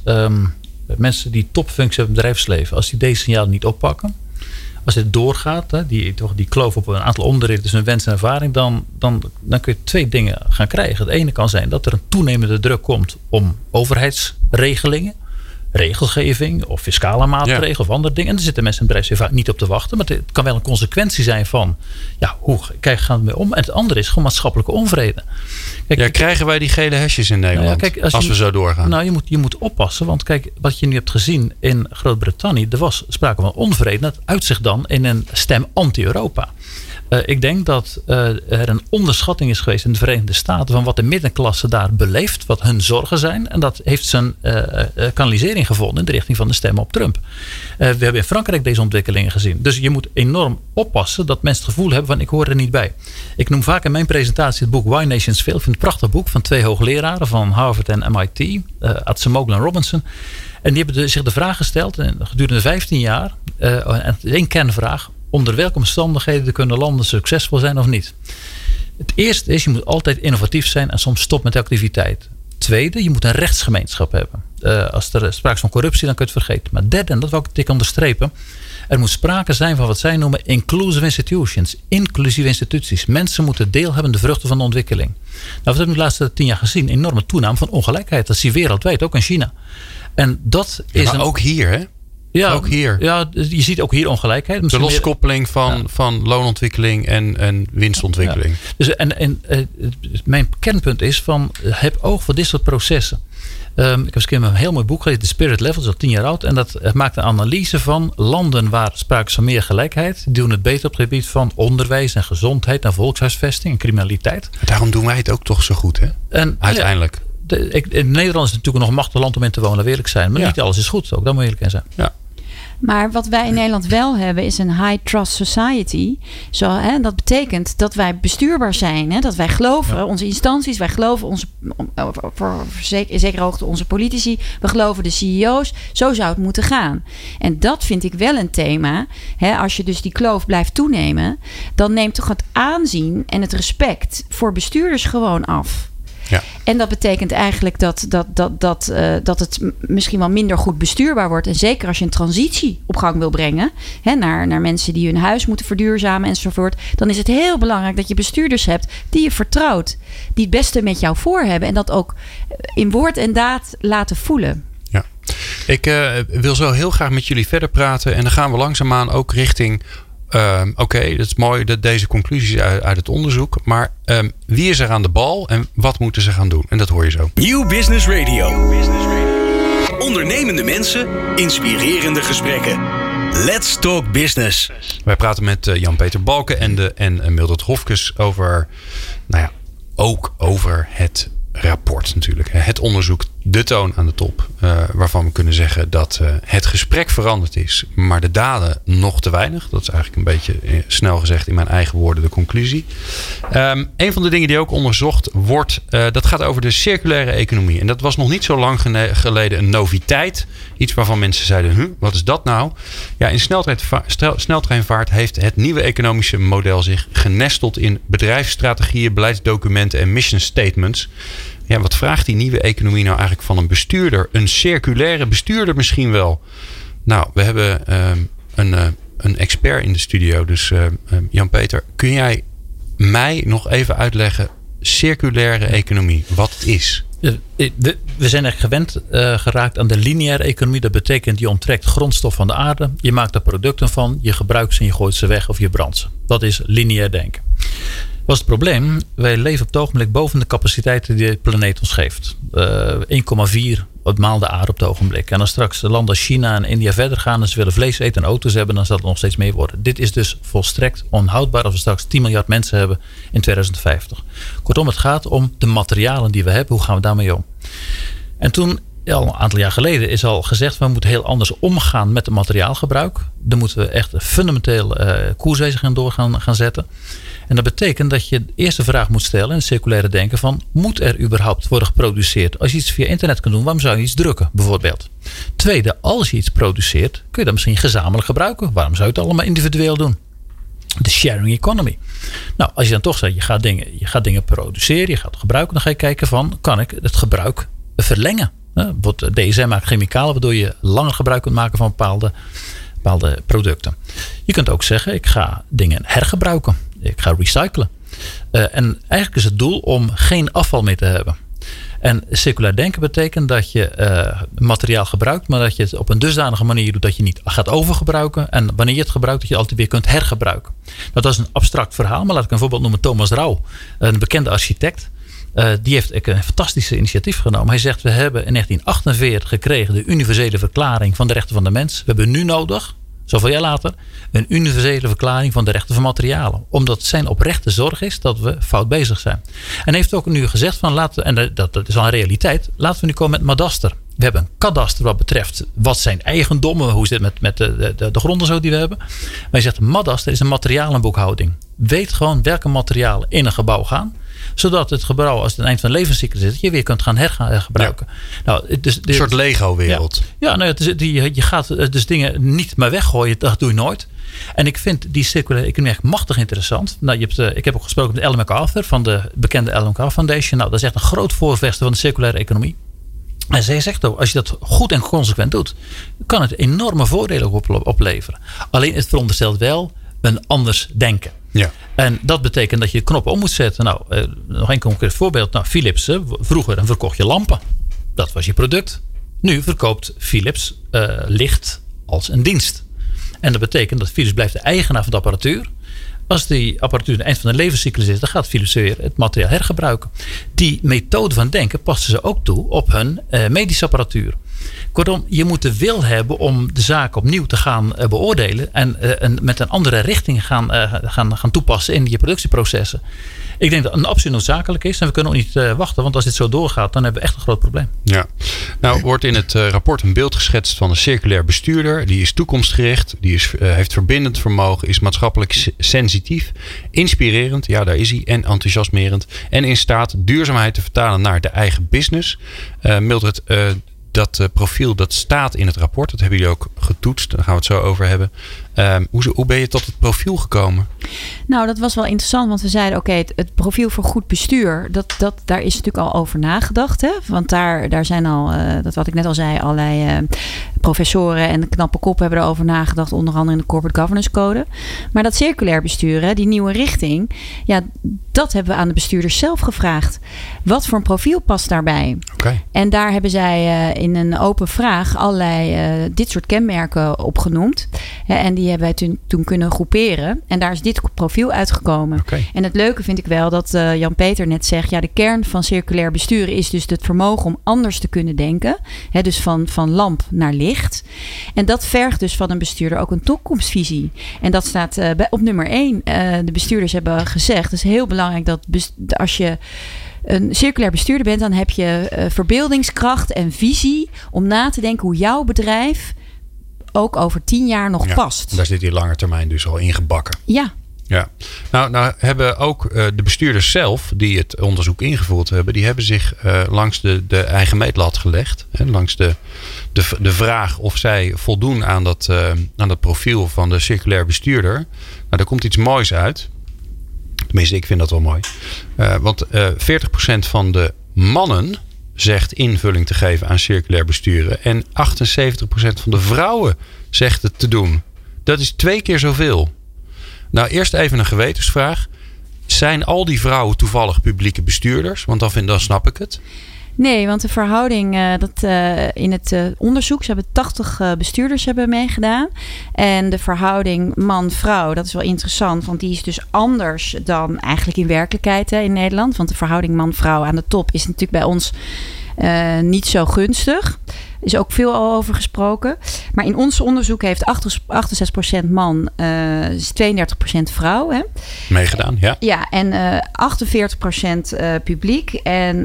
mensen die topfunctie hebben in het bedrijfsleven. Als die deze signalen niet oppakken. Als het doorgaat, die kloof op een aantal onderdelen tussen wens en ervaring, dan kun je 2 dingen gaan krijgen. Het ene kan zijn dat er een toenemende druk komt om overheidsregelingen, regelgeving of fiscale maatregelen of andere dingen. En daar zitten mensen in het bedrijfsleven vaak niet op te wachten. Maar het kan wel een consequentie zijn van, hoe gaan we ermee om? En het andere is gewoon maatschappelijke onvrede. Kijk, krijgen wij die gele hesjes in Nederland als we zo doorgaan? Nou, je moet oppassen. Want kijk, wat je nu hebt gezien in Groot-Brittannië, er was sprake van onvrede. Dat uitzicht dan in een stem anti-Europa. Ik denk dat er een onderschatting is geweest in de Verenigde Staten van wat de middenklasse daar beleeft, wat hun zorgen zijn. En dat heeft zijn kanalisering gevonden in de richting van de stem op Trump. We hebben in Frankrijk deze ontwikkelingen gezien. Dus je moet enorm oppassen dat mensen het gevoel hebben van ik hoor er niet bij. Ik noem vaak in mijn presentatie het boek Why Nations Fail. Ik vind het een prachtig boek van 2 hoogleraren van Harvard en MIT, Acemoglu en Robinson. En die hebben zich de vraag gesteld gedurende 15 jaar. En één kernvraag. Onder welke omstandigheden kunnen landen succesvol zijn of niet? Het eerste is, je moet altijd innovatief zijn en soms stop met de activiteit. Tweede, je moet een rechtsgemeenschap hebben. Als er sprake is van corruptie, dan kun je het vergeten. Maar derde, en dat wil ik dik onderstrepen. Er moet sprake zijn van wat zij noemen inclusive institutions. Inclusieve instituties. Mensen moeten deel hebben de vruchten van de ontwikkeling. Nou, we hebben de laatste 10 jaar gezien. Een enorme toename van ongelijkheid. Dat zie je wereldwijd, ook in China. En dat is ook hier, hè? Ja, ook hier. Ja, je ziet ook hier ongelijkheid. De loskoppeling van loonontwikkeling en winstontwikkeling. Ja. Dus mijn kernpunt is van heb oog voor dit soort processen. Ik heb eens een keer een heel mooi boek gelezen, The Spirit Level, dat is al 10 jaar oud. En dat maakt een analyse van landen waar sprake is van meer gelijkheid. Die doen het beter op het gebied van onderwijs en gezondheid en volkshuisvesting en criminaliteit. Maar daarom doen wij het ook toch zo goed, hè? Uiteindelijk. In Nederland is het natuurlijk nog een machtig land om in te wonen, wil ik zijn. Maar niet alles is goed, ook daar moet je eerlijk in zijn. Ja. Maar wat wij in Nederland wel hebben is een high trust society. Dat betekent dat wij bestuurbaar zijn. Hè? Dat wij geloven, onze instanties, wij geloven voor zekere hoogte onze politici. We geloven de CEO's. Zo zou het moeten gaan. En dat vind ik wel een thema. Hè? Als je dus die kloof blijft toenemen, dan neemt toch het aanzien en het respect voor bestuurders gewoon af. Ja. En dat betekent eigenlijk dat het misschien wel minder goed bestuurbaar wordt. En zeker als je een transitie op gang wil brengen. Naar mensen die hun huis moeten verduurzamen enzovoort. Dan is het heel belangrijk dat je bestuurders hebt die je vertrouwt. Die het beste met jou voor hebben. En dat ook in woord en daad laten voelen. Ja. Ik wil zo heel graag met jullie verder praten. En dan gaan we langzaamaan ook richting... Oké, dat is mooi, deze conclusies uit het onderzoek. Maar wie is er aan de bal en wat moeten ze gaan doen? En dat hoor je zo. Nieuw Business Radio. Ondernemende mensen, inspirerende gesprekken. Let's talk business. Wij praten met Jan-Peter Balkenende en Mildred Hofkes over, ook over het rapport natuurlijk. Het onderzoek, de toon aan de top. Waarvan we kunnen zeggen dat het gesprek veranderd is. Maar de daden nog te weinig. Dat is eigenlijk een beetje snel gezegd in mijn eigen woorden de conclusie. Een van de dingen die ook onderzocht wordt. Dat gaat over de circulaire economie. En dat was nog niet zo lang geleden een noviteit. Iets waarvan mensen zeiden, wat is dat nou? Ja, in sneltreinvaart heeft het nieuwe economische model zich genesteld in bedrijfsstrategieën, beleidsdocumenten en mission statements. wat vraagt die nieuwe economie nou eigenlijk van een bestuurder? Een circulaire bestuurder misschien wel. Nou, we hebben een expert in de studio. Dus Jan-Peter, kun jij mij nog even uitleggen circulaire economie, wat het is? We zijn echt gewend geraakt aan de lineaire economie. Dat betekent je onttrekt grondstof van de aarde. Je maakt er producten van. Je gebruikt ze en je gooit ze weg of je brandt ze. Dat is lineair denken. Wat is het probleem? Wij leven op het ogenblik boven de capaciteiten die de planeet ons geeft. 1,4 maal de aarde op het ogenblik. En als straks landen als China en India verder gaan en ze willen vlees eten en auto's hebben, dan zal het nog steeds meer worden. Dit is dus volstrekt onhoudbaar als we straks 10 miljard mensen hebben in 2050. Kortom, het gaat om de materialen die we hebben. Hoe gaan we daarmee om? En toen, al een aantal jaar geleden, is al gezegd, we moeten heel anders omgaan met het materiaalgebruik. Daar moeten we echt fundamenteel koerswijzigingen gaan zetten. En dat betekent dat je de eerste vraag moet stellen in het circulaire denken van, moet er überhaupt worden geproduceerd? Als je iets via internet kan doen, waarom zou je iets drukken bijvoorbeeld? Tweede, als je iets produceert, kun je dat misschien gezamenlijk gebruiken. Waarom zou je het allemaal individueel doen? De sharing economy. Nou, als je dan toch zegt, je gaat dingen produceren, je gaat het gebruiken, dan ga je kijken van, kan ik het gebruik verlengen? Bijvoorbeeld DSM maakt chemicalen, waardoor je langer gebruik kunt maken van bepaalde producten. Je kunt ook zeggen, ik ga dingen hergebruiken. Ik ga recyclen. En eigenlijk is het doel om geen afval meer te hebben. En circulair denken betekent dat je materiaal gebruikt, maar dat je het op een dusdanige manier doet dat je niet gaat overgebruiken. En wanneer je het gebruikt, dat je altijd weer kunt hergebruiken. Nou, dat is een abstract verhaal, maar laat ik een voorbeeld noemen. Thomas Rauw, een bekende architect. Die heeft een fantastische initiatief genomen. Hij zegt, we hebben in 1948 gekregen de universele verklaring van de rechten van de mens. We hebben nu nodig, zoveel jaar later, een universele verklaring van de rechten van materialen. Omdat zijn oprechte zorg is dat we fout bezig zijn. En hij heeft ook nu gezegd van en dat is al een realiteit, laten we nu komen met Madaster. We hebben een kadaster wat betreft wat zijn eigendommen, hoe zit het met de gronden zo die we hebben. Maar hij zegt, Madaster is een materialenboekhouding. Weet gewoon welke materialen in een gebouw gaan. Zodat het gebouw, als het aan het eind van de levenscyclus zit, je weer kunt gaan hergebruiken. Ja. Nou, een soort Lego-wereld. Ja, je gaat dus dingen niet maar weggooien. Dat doe je nooit. En ik vind die circulaire economie echt machtig interessant. Nou, ik heb ook gesproken met Ellen MacArthur van de bekende Ellen MacArthur Foundation. Nou, dat is echt een groot voorvechter van de circulaire economie. En zij zegt ook, als je dat goed en consequent doet, kan het enorme voordelen opleveren. Alleen het veronderstelt wel een anders denken. Ja. En dat betekent dat je de knop om moet zetten. Nou, nog een concreet voorbeeld. Nou, Philips, vroeger dan verkocht je lampen. Dat was je product. Nu verkoopt Philips licht als een dienst. En dat betekent dat Philips blijft de eigenaar van de apparatuur. Als die apparatuur aan het eind van de levenscyclus is, dan gaat Philips weer het materiaal hergebruiken. Die methode van denken passen ze ook toe op hun medische apparatuur. Kortom, je moet de wil hebben om de zaak opnieuw te gaan beoordelen. En met een andere richting gaan toepassen in je productieprocessen. Ik denk dat het absoluut noodzakelijk is. En we kunnen ook niet wachten. Want als dit zo doorgaat, dan hebben we echt een groot probleem. Ja. Nou wordt in het rapport een beeld geschetst van een circulair bestuurder. Die is toekomstgericht. Die heeft verbindend vermogen. Is maatschappelijk sensitief. Inspirerend. Ja, daar is hij. En enthousiasmerend. En in staat duurzaamheid te vertalen naar de eigen business. Mildred, dat profiel dat staat in het rapport. Dat hebben jullie ook getoetst. Daar gaan we het zo over hebben. Hoe ben je tot het profiel gekomen? Nou, dat was wel interessant. Want we zeiden, oké, het profiel voor goed bestuur. Daar is natuurlijk al over nagedacht. Hè? Want daar zijn al, dat wat ik net al zei, allerlei professoren en knappe koppen hebben erover nagedacht. Onder andere in de Corporate Governance Code. Maar dat circulair bestuur, die nieuwe richting. Ja, dat hebben we aan de bestuurders zelf gevraagd. Wat voor een profiel past daarbij? Okay. En daar hebben zij in een open vraag allerlei dit soort kenmerken opgenoemd. En die hebben wij toen kunnen groeperen. En daar is dit profiel uitgekomen. Okay. En het leuke vind ik wel dat Jan-Peter net zegt. Ja, de kern van circulair besturen is dus het vermogen om anders te kunnen denken. Dus van lamp naar licht. En dat vergt dus van een bestuurder ook een toekomstvisie. En dat staat op nummer 1. De bestuurders hebben gezegd. Het is heel belangrijk dat als je een circulair bestuurder bent, dan heb je verbeeldingskracht en visie om na te denken hoe jouw bedrijf ook over 10 jaar nog past. Daar zit die lange termijn dus al ingebakken. Ja. Ja. Nou hebben ook de bestuurders zelf die het onderzoek ingevoerd hebben, die hebben zich langs de eigen meetlat gelegd. Hè, langs de vraag of zij voldoen aan dat profiel van de circulair bestuurder. Nou, daar komt iets moois uit. Tenminste, ik vind dat wel mooi. Want 40% van de mannen zegt invulling te geven aan circulair besturen. En 78% van de vrouwen zegt het te doen. Dat is 2 keer zoveel. Nou, eerst even een gewetensvraag. Zijn al die vrouwen toevallig publieke bestuurders? Want dan snap ik het. Nee, want de verhouding in het onderzoek, ze hebben 80 bestuurders hebben meegedaan. En de verhouding man-vrouw, dat is wel interessant, want die is dus anders dan eigenlijk in werkelijkheid in Nederland. Want de verhouding man-vrouw aan de top is natuurlijk bij ons niet zo gunstig. Er is ook veel al over gesproken. Maar in ons onderzoek heeft 68% man, 32% vrouw. Hè? Meegedaan, ja. Ja, en 48% publiek en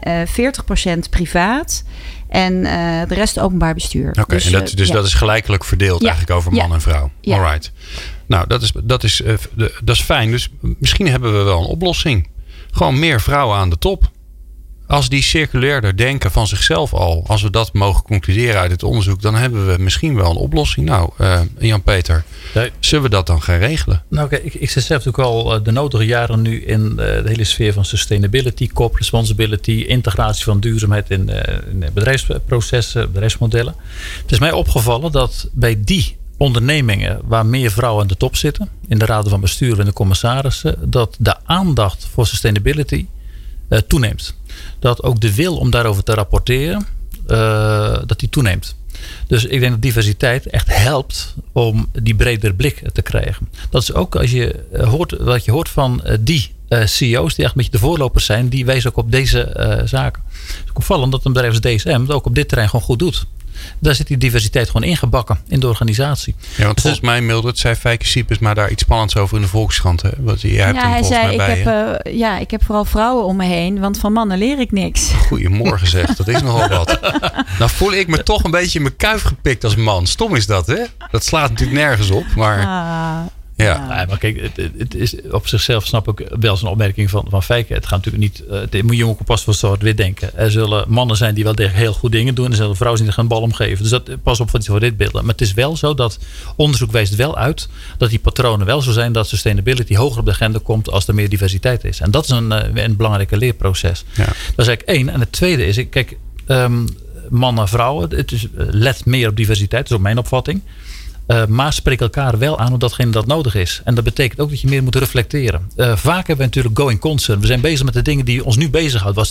40% privaat. En de rest openbaar bestuur. Oké, en dat is gelijkelijk verdeeld eigenlijk over man en vrouw. Ja. Alright. Nou, dat is fijn. Dus misschien hebben we wel een oplossing. Gewoon meer vrouwen aan de top. Als die circulairder denken van zichzelf al, als we dat mogen concluderen uit het onderzoek, dan hebben we misschien wel een oplossing. Nou, Jan-Peter, zullen we dat dan gaan regelen? Nou, kijk, ik zit zelf natuurlijk al de nodige jaren nu in de hele sfeer van sustainability, corporate responsibility, integratie van duurzaamheid in bedrijfsprocessen, bedrijfsmodellen. Het is mij opgevallen dat bij die ondernemingen waar meer vrouwen aan de top zitten, in de raden van bestuur en de commissarissen, dat de aandacht voor sustainability toeneemt. Dat ook de wil om daarover te rapporteren, dat die toeneemt. Dus ik denk dat diversiteit echt helpt om die bredere blik te krijgen. Dat is ook als je hoort wat je hoort van die CEO's die echt een beetje de voorlopers zijn, die wijzen ook op deze zaken. Het is opvallend dat een bedrijf als DSM het ook op dit terrein gewoon goed doet. Daar zit die diversiteit gewoon ingebakken in de organisatie. Ja, want volgens mij, Mildred, zei Fijke Siepesma daar iets spannends over in de Volkskrant. Hè? Hij zei, ik heb vooral vrouwen om me heen, want van mannen leer ik niks. Goedemorgen zeg, dat is nogal wat. Nou voel ik me toch een beetje in mijn kuif gepikt als man. Stom is dat, hè? Dat slaat natuurlijk nergens op, maar... Ja. Nee, maar kijk, het is op zichzelf snap ik wel zo'n opmerking van Fijke. Het gaat natuurlijk niet, het moet je ook pas voor zwart-wit denken. Er zullen mannen zijn die wel heel goed dingen doen. En er zullen vrouwen die er een bal om geven. Dus dat, pas op voor dit beeld. Maar het is wel zo dat onderzoek wijst wel uit dat die patronen wel zo zijn dat sustainability hoger op de agenda komt als er meer diversiteit is. En dat is een belangrijke leerproces. Ja. Dat is eigenlijk 1. En het tweede is, kijk, mannen en vrouwen, het is, let meer op diversiteit. Dat is ook mijn opvatting. Maar spreek elkaar wel aan op datgene dat nodig is. En dat betekent ook dat je meer moet reflecteren. Vaak hebben we natuurlijk going concern. We zijn bezig met de dingen die ons nu bezighouden.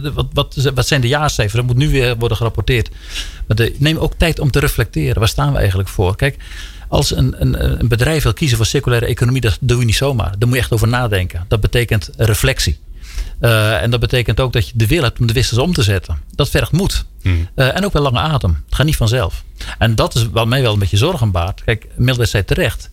Wat zijn de jaarcijfers? Dat moet nu weer worden gerapporteerd. Maar neem ook tijd om te reflecteren. Waar staan we eigenlijk voor? Kijk, als een bedrijf wil kiezen voor circulaire economie, dat doe je niet zomaar. Daar moet je echt over nadenken. Dat betekent reflectie. En dat betekent ook dat je de wil hebt om de wissels om te zetten. Dat vergt moed. En ook wel lange adem. Het gaat niet vanzelf. En dat is wat mij wel een beetje zorgen baart. Kijk, Mildred zei terecht.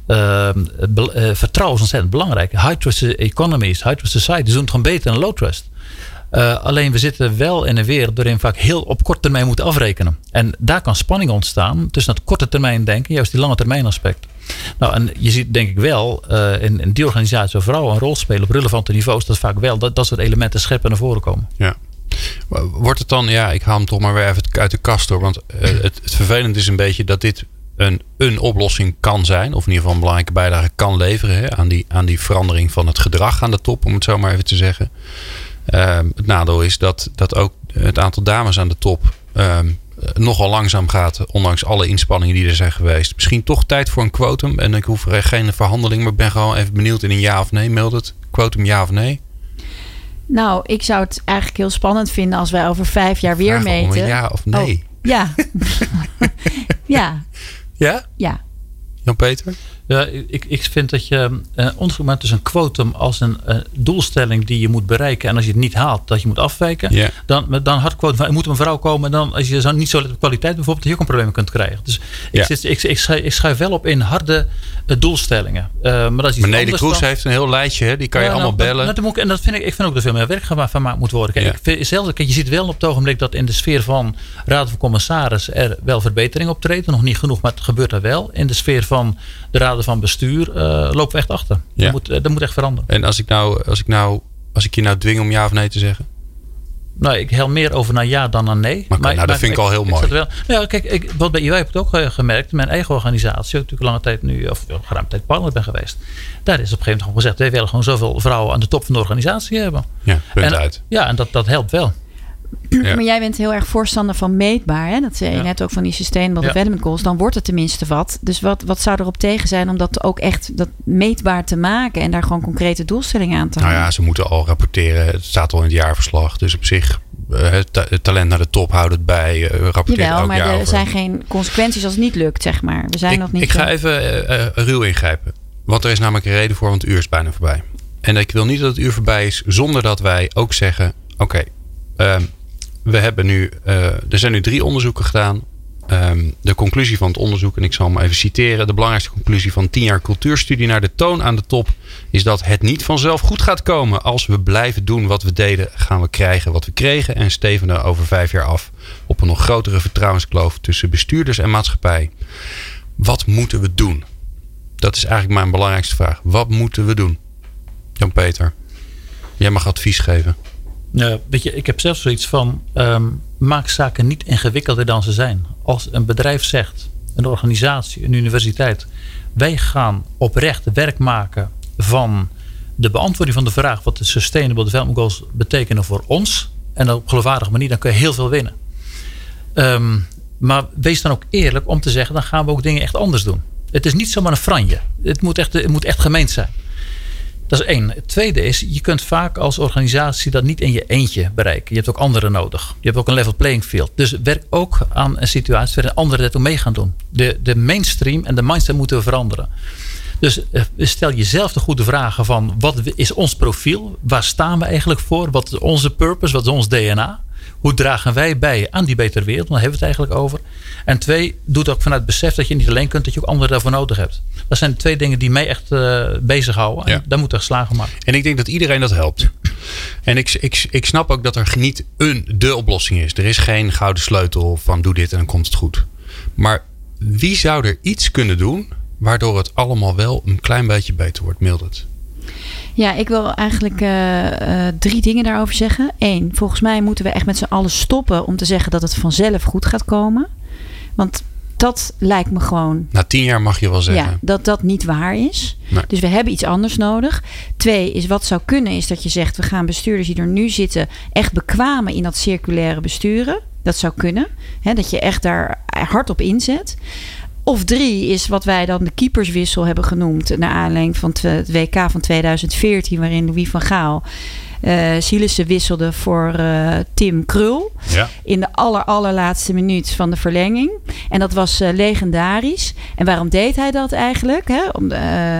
Vertrouwen is ontzettend belangrijk. High trust economies, high trust societies doen het gewoon beter dan low trust. Alleen we zitten wel in een wereld waarin vaak heel op korte termijn moeten afrekenen. En daar kan spanning ontstaan tussen het korte termijn denken, juist die lange termijn aspect. Nou, en je ziet denk ik wel in die organisatie waar vrouwen een rol spelen op relevante niveaus, dat vaak wel dat soort elementen scherper naar voren komen. Ja. Wordt het dan, ja, ik haal hem toch maar weer even uit de kast hoor. Want het vervelend is een beetje dat dit een oplossing kan zijn. Of in ieder geval een belangrijke bijdrage kan leveren. Hè, aan die verandering van het gedrag aan de top, om het zo maar even te zeggen. Het nadeel is dat ook het aantal dames aan de top nogal langzaam gaat. Ondanks alle inspanningen die er zijn geweest. Misschien toch tijd voor een quotum. En ik hoef geen verhandeling. Maar ik ben gewoon even benieuwd in een ja of nee. Mildred, quotum ja of nee? Nou, ik zou het eigenlijk heel spannend vinden als wij over 5 jaar weer meten. Om een ja of nee? Oh, ja. Ja. Ja? Ja. Jan-Peter? Ja, ik vind dat je onderzoek maakt tussen een quotum als een doelstelling die je moet bereiken. En als je het niet haalt, dat je moet afwijken. Yeah. Dan had quotum, er moet een vrouw komen. En dan, als je zo niet zo let op kwaliteit bijvoorbeeld, dat je ook een probleem kunt krijgen. Dus ik schuif wel op in harde doelstellingen. Maar Nelly Kroes heeft een heel lijstje. Hè? Die kan je allemaal bellen. En dat ik vind ook dat veel meer werk van gemaakt moet worden. Kijk, je ziet wel op het ogenblik dat in de sfeer van Raad van Commissaris er wel verbetering optreden. Nog niet genoeg, maar het gebeurt er wel. In de sfeer van de Raden van Bestuur lopen we echt achter. Ja. Dat moet echt veranderen. En als ik je nou dwing om ja of nee te zeggen? Nou, ik hel meer over naar ja dan naar nee. Maar dat vind ik al heel mooi. Kijk, wat bij UI heb ik het ook gemerkt. Mijn eigen organisatie, ik natuurlijk lange tijd nu, of geruime tijd partner ben geweest. Daar is op een gegeven moment gewoon gezegd, wij willen gewoon zoveel vrouwen aan de top van de organisatie hebben. Ja, punt uit. Ja, en dat helpt wel. Ja. Maar jij bent heel erg voorstander van meetbaar. Hè? Dat zei je net ook van die Sustainable Development Goals. Dan wordt het tenminste wat. Dus wat zou erop tegen zijn om dat ook echt meetbaar te maken en daar gewoon concrete doelstellingen aan te houden? Nou ja, ze moeten al rapporteren. Het staat al in het jaarverslag. Dus op zich, het talent naar de top houdt het bij. Rapporteert elk jaar over. Er zijn geen consequenties als het niet lukt, zeg maar. We zijn nog niet. Ik ga even ruw ingrijpen. Want er is namelijk een reden voor, want het uur is bijna voorbij. En ik wil niet dat het uur voorbij is zonder dat wij ook zeggen, oké, we hebben nu, er zijn nu 3 onderzoeken gedaan. De conclusie van het onderzoek, en ik zal hem even citeren. De belangrijkste conclusie van 10 jaar cultuurstudie naar de toon aan de top is dat het niet vanzelf goed gaat komen. Als we blijven doen wat we deden, gaan we krijgen wat we kregen en stevenen over 5 jaar af op een nog grotere vertrouwenskloof tussen bestuurders en maatschappij. Wat moeten we doen? Dat is eigenlijk mijn belangrijkste vraag. Wat moeten we doen? Jan-Peter, jij mag advies geven. Weet je, ik heb zelfs zoiets van, maak zaken niet ingewikkelder dan ze zijn. Als een bedrijf zegt, een organisatie, een universiteit, wij gaan oprecht werk maken van de beantwoording van de vraag wat de Sustainable Development Goals betekenen voor ons, en op geloofwaardige manier, dan kun je heel veel winnen. Maar wees dan ook eerlijk om te zeggen, dan gaan we ook dingen echt anders doen. Het is niet zomaar een franje. Het moet echt gemeend zijn. Dat is 1. Het tweede is, je kunt vaak als organisatie dat niet in je eentje bereiken. Je hebt ook anderen nodig. Je hebt ook een level playing field. Dus werk ook aan een situatie waarin anderen dat ook mee gaan doen. De mainstream en de mindset moeten we veranderen. Dus stel jezelf de goede vragen van, wat is ons profiel? Waar staan we eigenlijk voor? Wat is onze purpose? Wat is ons DNA? Hoe dragen wij bij aan die betere wereld? Daar hebben we het eigenlijk over. En 2, doe het ook vanuit het besef dat je niet alleen kunt, dat je ook anderen daarvoor nodig hebt. Dat zijn de 2 dingen die mij echt bezighouden. En daar moet er geslagen maken. En ik denk dat iedereen dat helpt. En ik snap ook dat er niet de oplossing is. Er is geen gouden sleutel van doe dit en dan komt het goed. Maar wie zou er iets kunnen doen waardoor het allemaal wel een klein beetje beter wordt, Mildred? Ja, ik wil eigenlijk 3 dingen daarover zeggen. 1, volgens mij moeten we echt met z'n allen stoppen om te zeggen dat het vanzelf goed gaat komen. Want dat lijkt me gewoon... Na 10 jaar mag je wel zeggen. Ja, dat niet waar is. Nee. Dus we hebben iets anders nodig. 2 is wat zou kunnen is dat je zegt, we gaan bestuurders die er nu zitten echt bekwamen in dat circulaire besturen. Dat zou kunnen. Hè, dat je echt daar hard op inzet. Of 3 is wat wij dan de keeperswissel hebben genoemd. Naar aanleiding van het WK van 2014. Waarin Louis van Gaal Sielissen wisselde voor Tim Krul. Ja. In de allerlaatste minuut van de verlenging. En dat was legendarisch. En waarom deed hij dat eigenlijk? Hè? Om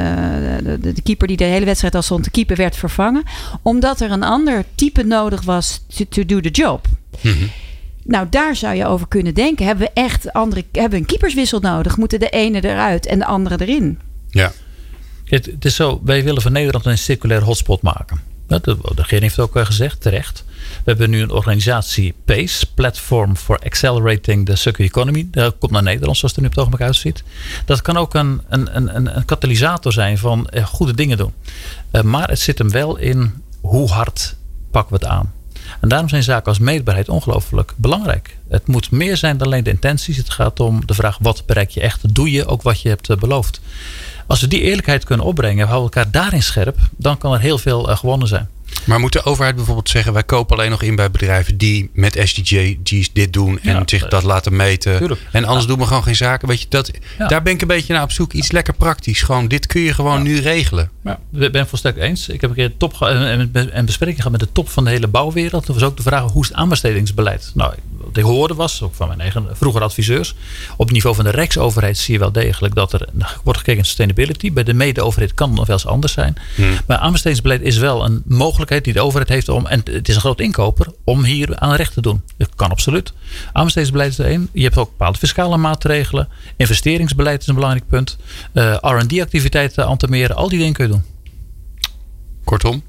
de keeper die de hele wedstrijd al stond te keeper werd vervangen. Omdat er een ander type nodig was to do the job. Mm-hmm. Nou, daar zou je over kunnen denken. Hebben we een keeperswissel nodig? Moeten de ene eruit en de andere erin? Ja. Het is zo, wij willen van Nederland een circulaire hotspot maken. De regering heeft ook gezegd, terecht. We hebben nu een organisatie PACE, Platform for Accelerating the Circular Economy. Dat komt naar Nederland, zoals het er nu op het ogenblik uitziet. Dat kan ook een katalysator zijn van goede dingen doen. Maar het zit hem wel in hoe hard pakken we het aan. En daarom zijn zaken als meetbaarheid ongelooflijk belangrijk. Het moet meer zijn dan alleen de intenties. Het gaat om de vraag, wat bereik je echt? Doe je ook wat je hebt beloofd? Als we die eerlijkheid kunnen opbrengen, we houden elkaar daarin scherp, dan kan er heel veel gewonnen zijn. Maar moet de overheid bijvoorbeeld zeggen, wij kopen alleen nog in bij bedrijven die met SDG's dit doen en zich dat laten meten. Tuurlijk. En anders doen we gewoon geen zaken. Weet je, daar ben ik een beetje naar op zoek. Iets lekker praktisch. Gewoon, dit kun je gewoon nu regelen. Ja, ik ben het volstrekt eens. Ik heb een keer een bespreking gehad met de top van de hele bouwwereld. Toen was ook de vraag, hoe is het aanbestedingsbeleid? Nou, wat ik hoorde was, ook van mijn eigen vroeger adviseurs, op het niveau van de Rijksoverheid zie je wel degelijk dat er wordt gekeken naar sustainability. Bij de mede-overheid kan het nog wel eens anders zijn. Maar aanbestedingsbeleid is wel een mogelijkheid die de overheid heeft om, en het is een groot inkoper, om hier aan recht te doen. Dat kan absoluut. Aanbestedingsbeleid is er één. Je hebt ook bepaalde fiscale maatregelen. Investeringsbeleid is een belangrijk punt. R&D-activiteiten entameren. Al die dingen kun je doen. Kortom,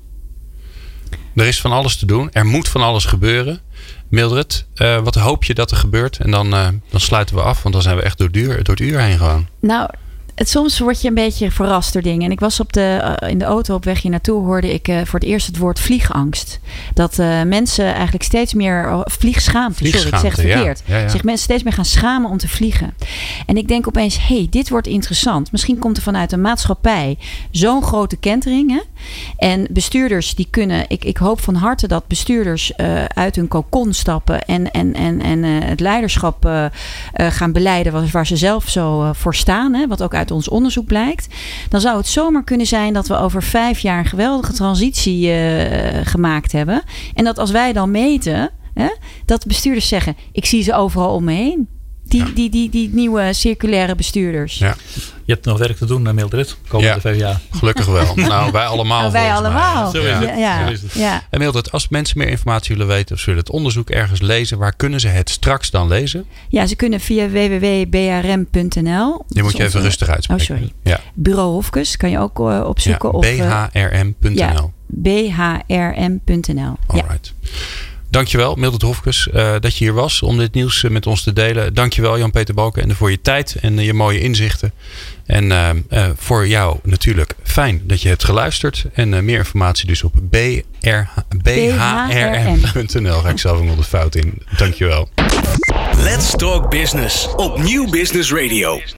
er is van alles te doen. Er moet van alles gebeuren. Mildred, wat hoop je dat er gebeurt? En dan sluiten we af, want dan zijn we echt door het uur heen gewoon. Nou, Soms word je een beetje verrast door dingen. En ik was in de auto op weg hier naartoe, hoorde ik voor het eerst het woord vliegangst. Dat mensen eigenlijk steeds meer vliegschaamte, sorry, ik zeg het verkeerd. Ja. Zich mensen steeds meer gaan schamen om te vliegen. En ik denk opeens, dit wordt interessant. Misschien komt er vanuit een maatschappij zo'n grote kentering. Hè? En bestuurders die kunnen, ik hoop van harte dat bestuurders uit hun cocon stappen en het leiderschap gaan beleiden waar ze zelf zo voor staan. Hè? Wat ook uit ons onderzoek blijkt. Dan zou het zomaar kunnen zijn dat we over 5 jaar een geweldige transitie gemaakt hebben. En dat als wij dan meten, dat bestuurders zeggen, ik zie ze overal om me heen. Die nieuwe circulaire bestuurders. Ja. Je hebt nog werk te doen, Mildred, komende 5 jaar. Gelukkig wel. Nou, wij allemaal. Wij allemaal. Zo is het. Ja. En Mildred, als mensen meer informatie willen weten of zullen het onderzoek ergens lezen, waar kunnen ze het straks dan lezen? Ja, ze kunnen via www.brm.nl. Die moet je even rustig uitspreken. Oh, sorry. Ja. Bureau Hofkes kan je ook opzoeken. Ja, bhrm.nl. Ja, bhrm.nl. Alright. Dankjewel, Mildred Hofkes, dat je hier was om dit nieuws met ons te delen. Dankjewel, Jan-Peter Balkenende, voor je tijd en je mooie inzichten. En voor jou natuurlijk fijn dat je hebt geluisterd. En meer informatie dus op bhrm.nl. Ga ik zelf ook nog de fout in. Dankjewel. Let's Talk Business op Nieuw Business Radio.